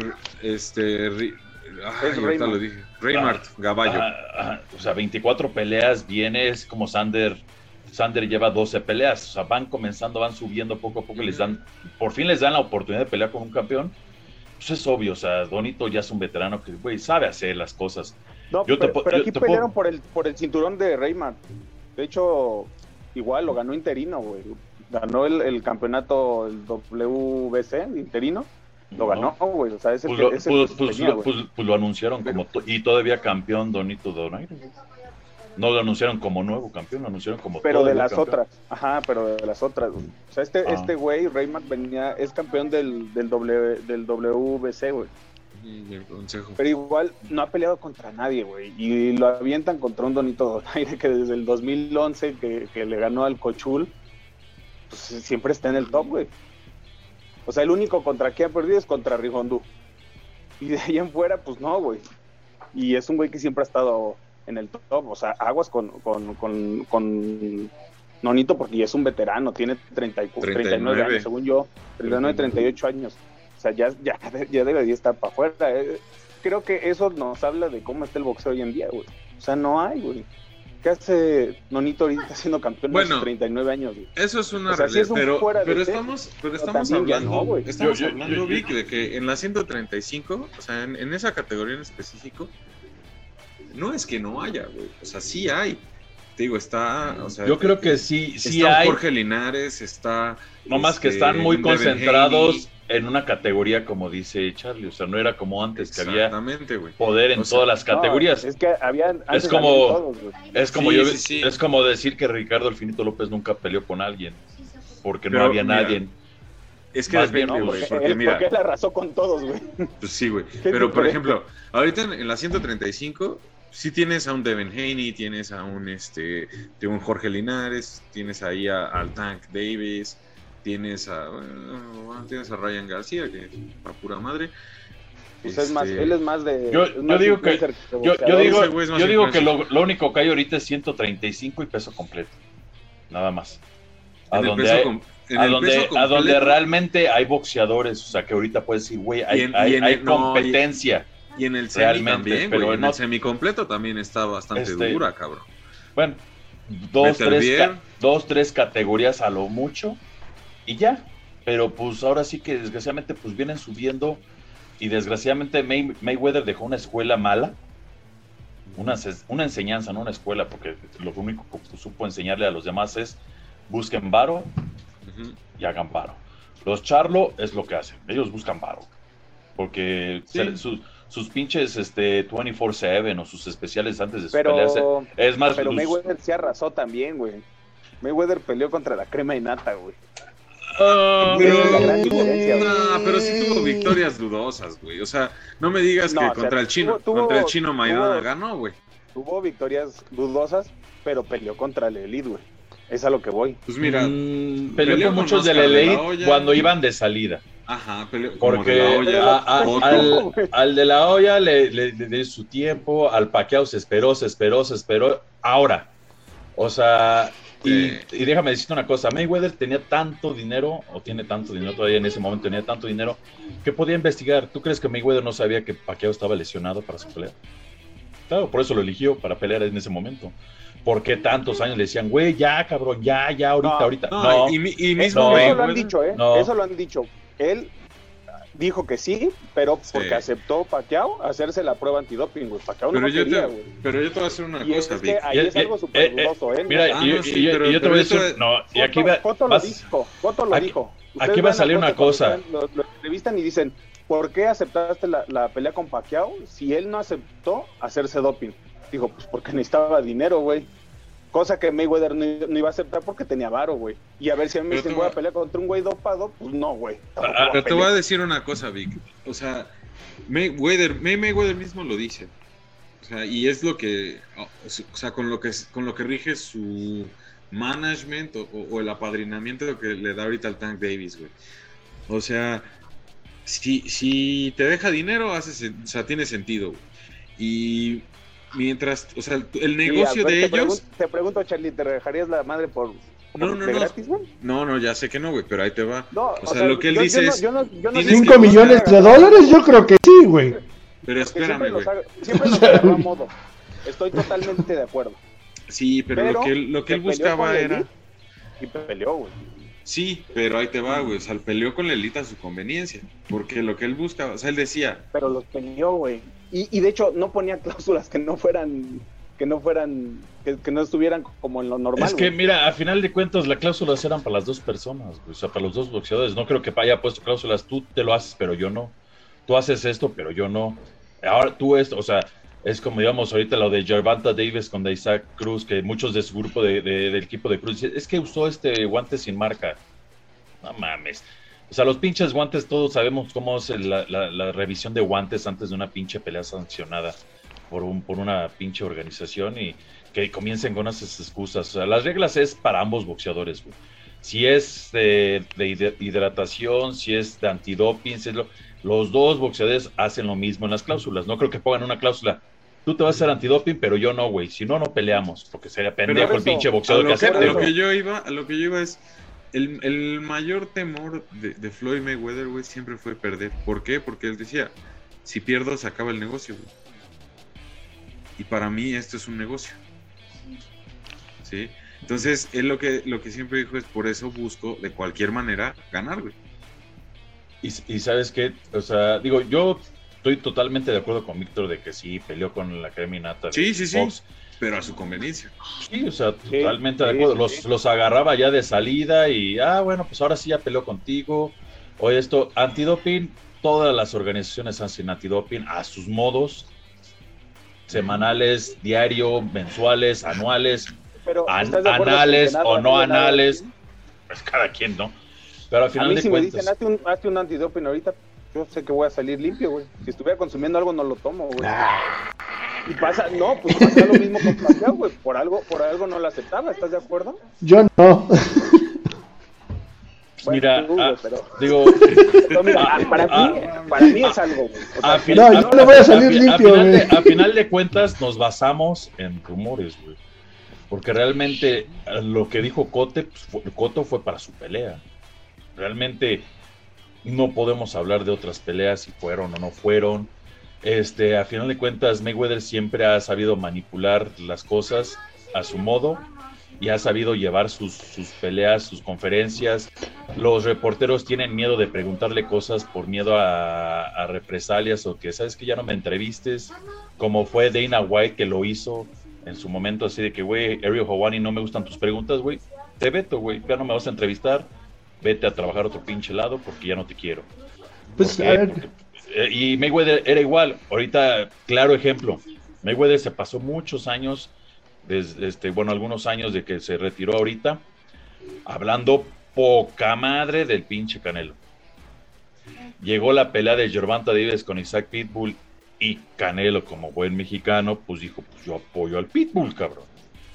Ahorita lo dije. Raymart Gaballo. O sea, 24 peleas, vienes como Sander Sander lleva 12 peleas, o sea, van comenzando, van subiendo poco a poco, por fin les dan la oportunidad de pelear con un campeón. Pues es obvio, o sea, Donito ya es un veterano que, güey, sabe hacer las cosas. No, pero aquí pelearon por el cinturón de Rayman. De hecho, igual lo ganó interino, güey. Ganó el campeonato, el WBC interino. Lo ganó, güey. O sea, lo anunciaron como y todavía campeón Donito Donaire. No lo anunciaron como nuevo campeón, lo anunciaron como pero de las campeón. Pero de las otras, güey. O sea, este güey, Rayman, es campeón del WBC, güey. Pero igual no ha peleado contra nadie, güey. Y lo avientan contra un Donito Donaire que desde el 2011 que le ganó al Cochul, pues siempre está en el top, güey. O sea, el único contra quien ha perdido es contra Rigondeaux. Y de ahí en fuera, pues no, güey. Y es un güey que siempre ha estado en el top. O sea, aguas con Nonito porque ya es un veterano. Tiene 39 años, según yo. 39, 38 años. O sea, ya debería estar para afuera. Creo que eso nos habla de cómo está el boxeo hoy en día, güey. O sea, no hay, güey. ¿Qué hace Nonito ahorita siendo campeón a sus 39 años? Güey? Eso es una realidad, pero estamos hablando, Vic, de que en la 135, o sea, en esa categoría en específico, no es que no haya, güey, o sea, sí hay. Te digo, está, o sea, yo creo que sí está hay. Jorge Linares, está... No más que están muy concentrados en una categoría, como dice Charlie, o sea, no era como antes que había poder en todas las categorías. No, es que habían es como decir que Ricardo El Finito López nunca peleó con alguien, porque no había nadie. Es que depende, güey, porque él arrasó con todos, güey. Pues sí, güey, pero por ejemplo, ahorita en la 135... sí tienes a un Devin Haney, tienes a un Jorge Linares, tienes ahí al Tank Davis, tienes a Ryan García, que es a pura madre. Pues él es más de... Yo digo que lo único que hay ahorita es 135 y peso completo. Nada más. A donde realmente hay boxeadores, o sea, que ahorita puedes decir, güey, hay competencia. Y en el semi también, pero en el semicompleto también está bastante dura, cabrón. Bueno, 3 categorías a lo mucho y ya. Pero pues ahora sí que desgraciadamente pues vienen subiendo y desgraciadamente Mayweather dejó una escuela mala. Una enseñanza, no una escuela, porque lo único que supo enseñarle a los demás es busquen varo y hagan varo. Los Charlo es lo que hacen, ellos buscan varo. Porque sus pinches 24/7 o sus especiales antes de sus peleas. Es más, pero Mayweather se arrasó también, güey. Mayweather peleó contra la crema y nata, güey. Pero sí tuvo victorias dudosas, güey. O sea, no me digas que contra el chino Maidana ganó, güey. Tuvo victorias dudosas, pero peleó contra el Elite, güey. Es a lo que voy. Pues mira, peleó con muchos del Elite cuando iban de salida. Ajá, porque de al de la olla le dio su tiempo, al Pacquiao se esperó. Ahora, o sea, y déjame decirte una cosa, Mayweather tenía tanto dinero, o tiene tanto dinero todavía en ese momento, tenía tanto dinero, que podía investigar. ¿Tú crees que Mayweather no sabía que Pacquiao estaba lesionado para su pelea? Claro, por eso lo eligió, para pelear en ese momento. ¿Por qué tantos años le decían, güey, ya, cabrón, ya, ahorita? No, y mismo eso lo han dicho, eso lo han dicho. Él dijo que sí, pero porque aceptó Pacquiao hacerse la prueba antidoping, güey. Pacquiao no quería, güey. Pero yo te voy a decir una cosa, Vic. Ahí es algo súper dudoso, ¿eh? Mira, yo te voy a decir... No, y aquí va... Coto lo dijo. Aquí va a salir una cosa. Lo entrevistan y dicen, ¿por qué aceptaste la pelea con Pacquiao si él no aceptó hacerse doping? Dijo, pues porque necesitaba dinero, güey. Cosa que Mayweather no iba a aceptar porque tenía varo, güey. Y a ver si a mí me dicen, voy a pelear contra un güey dopado, pues no, güey. Pero te voy a decir una cosa, Vic. O sea, Mayweather mismo lo dice. O sea, y es lo que, o sea, con lo que rige su management o el apadrinamiento que le da ahorita al Tank Davis, güey. O sea, si te deja dinero, o sea, tiene sentido, güey. Y mientras, o sea, el negocio de ellos... Te pregunto, Charlie, ¿te dejarías la madre por gratis, güey? No, ya sé que no, güey, pero ahí te va. No, o sea, lo que él dice es... ¿$5 millones? Yo creo que sí, güey. Pero espérame, güey. Siempre los agarró a modo. Estoy totalmente de acuerdo. Sí, pero lo que él buscaba era... Y peleó, güey. Sí, pero ahí te va, güey. O sea, peleó con la Elite a su conveniencia. Porque lo que él buscaba, o sea, él decía... Pero los peleó, güey. Y de hecho, no ponía cláusulas que no estuvieran como en lo normal. Es que, güey. mira, a final de cuentas, las cláusulas eran para las dos personas, güey. O sea, para los dos boxeadores. No creo que haya puesto cláusulas. Tú te lo haces, pero yo no. Tú haces esto, pero yo no. Ahora tú esto, o sea, es como, digamos, ahorita lo de Gervonta Davis con Isaac Cruz, que muchos de su grupo del equipo de Cruz dicen, es que usó guante sin marca. No mames. O sea, los pinches guantes, todos sabemos cómo es la revisión de guantes antes de una pinche pelea sancionada por una pinche organización y que comiencen con esas excusas. O sea, las reglas es para ambos boxeadores, güey. Si es de hidratación, si es de antidoping, los dos boxeadores hacen lo mismo en las cláusulas. No creo que pongan una cláusula. Tú te vas a hacer antidoping, pero yo no, güey. Si no, no peleamos, porque sería pendejo el pinche boxeador que acepte. A lo que yo iba es el mayor temor de Floyd Mayweather, güey, siempre fue perder. ¿Por qué? Porque él decía, si pierdo se acaba el negocio, güey. Y para mí esto es un negocio. ¿Sí? Entonces, él lo que siempre dijo es, por eso busco de cualquier manera ganar, güey. Y sabes qué, o sea, digo, yo estoy totalmente de acuerdo con Víctor de que sí, peleó con la creminata. Sí, pero a su conveniencia. Sí, o sea, totalmente de acuerdo. Los agarraba ya de salida y, bueno, pues ahora sí ya peleó contigo. Oye, antidoping, todas las organizaciones hacen antidoping a sus modos, semanales, diario, mensuales, anuales, anales o no anales, pues cada quien, ¿no? Pero al final a mí de si cuentas... me dicen, hazte un antidoping ahorita, yo sé que voy a salir limpio, güey. Si estuviera consumiendo algo, no lo tomo, güey. Y pasa lo mismo con Pacquiao, güey. Por algo no lo aceptaba, ¿estás de acuerdo? Yo no. Bueno, mira, digo... No, mira, para mí es algo, güey. O sea, yo no voy a salir limpio, güey. A final de cuentas nos basamos en rumores, güey. Porque realmente lo que dijo Cotto fue para su pelea. Realmente no podemos hablar de otras peleas si fueron o no fueron. A final de cuentas, Mayweather siempre ha sabido manipular las cosas a su modo y ha sabido llevar sus peleas, sus conferencias. Los reporteros tienen miedo de preguntarle cosas por miedo a represalias o que, ¿sabes que ya no me entrevistes? Como fue Dana White, que lo hizo en su momento, así de que, güey, Ariel Helwani, no me gustan tus preguntas, güey, te veto, güey, ya no me vas a entrevistar, vete a trabajar a otro pinche lado porque ya no te quiero. Pues, y Mayweather era igual. Ahorita, claro ejemplo, Mayweather se pasó muchos años, algunos años de que se retiró ahorita, hablando poca madre del pinche Canelo. Llegó la pelea de Gervonta Davis con Isaac Pitbull y Canelo, como buen mexicano, pues dijo, pues yo apoyo al Pitbull, cabrón.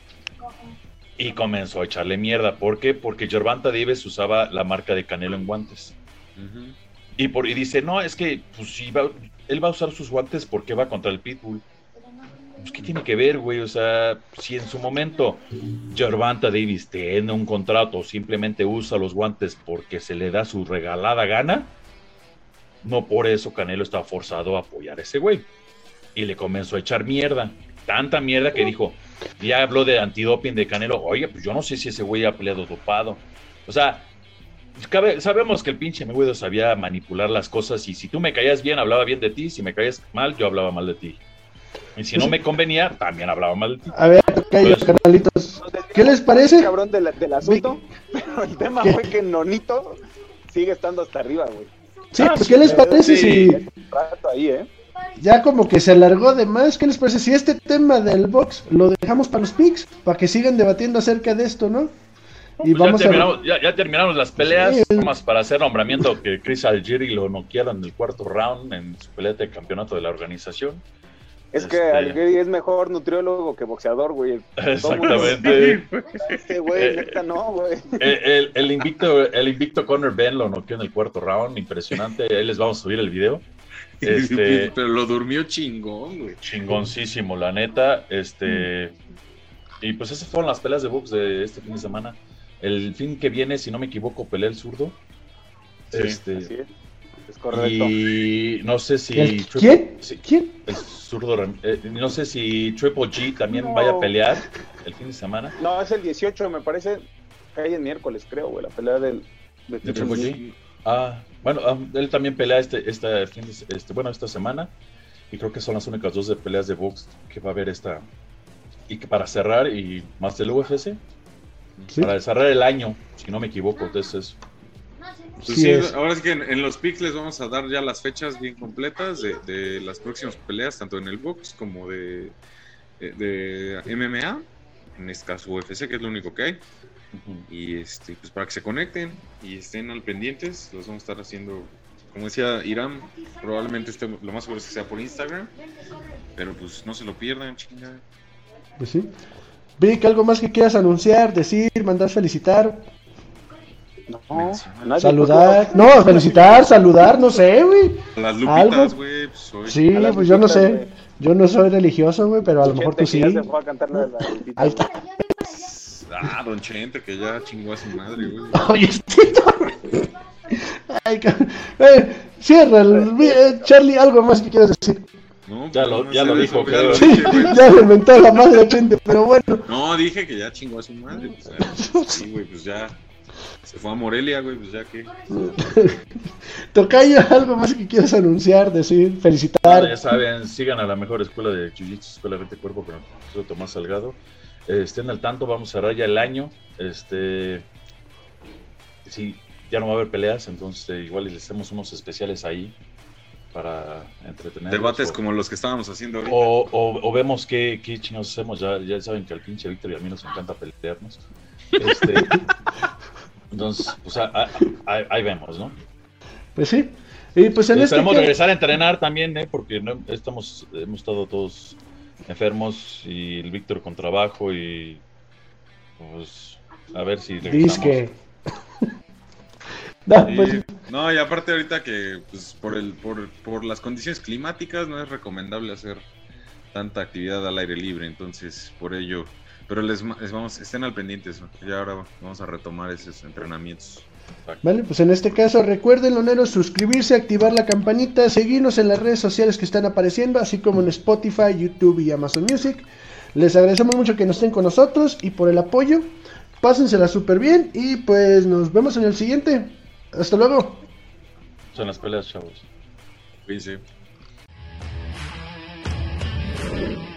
Y comenzó a echarle mierda. ¿Por qué? Porque Gervonta Davis usaba la marca de Canelo en guantes. Uh-huh. Y dice, no, es que pues, si él va a usar sus guantes porque va contra el Pitbull. Pues, ¿qué tiene que ver, güey? O sea, si en su momento Gervonta Davis tiene un contrato o simplemente usa los guantes porque se le da su regalada gana, no por eso Canelo está forzado a apoyar a ese güey. Y le comenzó a echar mierda. Tanta mierda que dijo, ya habló de antidoping de Canelo. Oye, pues yo no sé si ese güey ha peleado dopado. O sea, sabemos que el pinche Mayweather sabía manipular las cosas y si tú me caías bien, hablaba bien de ti. Si me caías mal, yo hablaba mal de ti. Y si no me convenía, también hablaba mal de ti. A ver, carnalitos, ¿qué les parece? Cabrón del asunto, pero el tema fue que Nonito sigue estando hasta arriba, güey. Sí, pues ¿qué les parece si ahí, ya como que se alargó de más? ¿Qué les parece si este tema del box lo dejamos para los picks? Para que sigan debatiendo acerca de esto, ¿no? Y pues vamos ya terminamos las peleas, sí, más para hacer nombramiento que Chris Algieri lo noquearon en el cuarto round en su pelea de campeonato de la organización. Es que Algieri es mejor nutriólogo que boxeador, güey. Exactamente. Este güey, neta no, güey. El invicto Conor Benn lo noqueó en el cuarto round, impresionante. Ahí les vamos a subir el video. Pero lo durmió chingón, güey. Chingoncísimo, la neta. Y pues esas fueron las peleas de box de este fin de semana. El fin que viene, si no me equivoco, pelea el zurdo. Sí, así es. Es correcto. Y no sé si... ¿Quién? ¿Quién? El zurdo, no sé si Triple G también vaya a pelear el fin de semana. No, es el 18, me parece. Cae en miércoles, creo, güey, la pelea de Triple G. Bueno, él también pelea esta semana. Y creo que son las únicas 2 de peleas de box que va a haber esta. Y que para cerrar, y más del UFC, ¿Sí? para cerrar el año, si no me equivoco, entonces... Pues Sí sí, es. ahora sí que en los picks les vamos a dar ya las fechas bien completas de las próximas peleas, tanto en el box como de MMA, en este caso UFC, que es lo único que hay. Y pues para que se conecten y estén al pendientes, los vamos a estar haciendo, como decía Irán, probablemente lo más seguro es que sea por Instagram, pero pues no se lo pierdan, chingada. Pues sí. Vic, ¿algo más que quieras anunciar, decir, mandar felicitar? No, nadie, Saludar. No, felicitar, saludar, no sé, güey. Las ¿Algo? lupitas, güey, pues hoy. Sí, A las pues yo no lupitas, sé. güey. Yo no soy religioso, güey, pero a lo mejor tú sí. Ya se fue a cantar la lupita, Ahí está. Don Chente, que ya chingó a su madre, güey. Oye, Ay, cierra, Charlie, algo más que quieras decir. No, Ya pues, lo sé, dijo, ya creo. lo Sí, dije, güey. ya le inventó la madre a gente, pero bueno. No, dije que ya chingó a su madre. Sí, güey, pues ya. Se fue a Morelia, güey, pues ya que. Tocayo, algo más que quieras anunciar, decir, felicitar. Ya saben, sigan a la mejor escuela de Jiu-Jitsu, Escuela de Mente y Cuerpo con el profesor Tomás Salgado. Estén al tanto, vamos a cerrar ya el año. Sí, ya no va a haber peleas, entonces igual les hacemos unos especiales ahí para entretener. Debates como los que estábamos haciendo ahorita. O vemos qué chingados hacemos. Ya saben que al pinche Víctor y a mí nos encanta pelearnos. Entonces, pues ahí vemos, ¿no? Pues sí. Y pues en Esperamos caso- regresar a entrenar también, porque no, hemos estado todos enfermos y el Víctor con trabajo y pues a ver si regresamos. Disque. No, Sí. pues, No, y aparte ahorita que pues por las condiciones climáticas no es recomendable hacer tanta actividad al aire libre, entonces por ello, pero les vamos, estén al pendientes, ¿no? Ya ahora vamos a retomar esos entrenamientos. vale, pues en este caso recuerden, loneros, suscribirse, activar la campanita, seguirnos en las redes sociales que están apareciendo, así como en Spotify, YouTube y Amazon Music. Les agradecemos mucho que nos estén con nosotros y por el apoyo. Pásensela súper bien y pues nos vemos en el siguiente. Hasta luego. Son las peleas, chavos. Cuídense.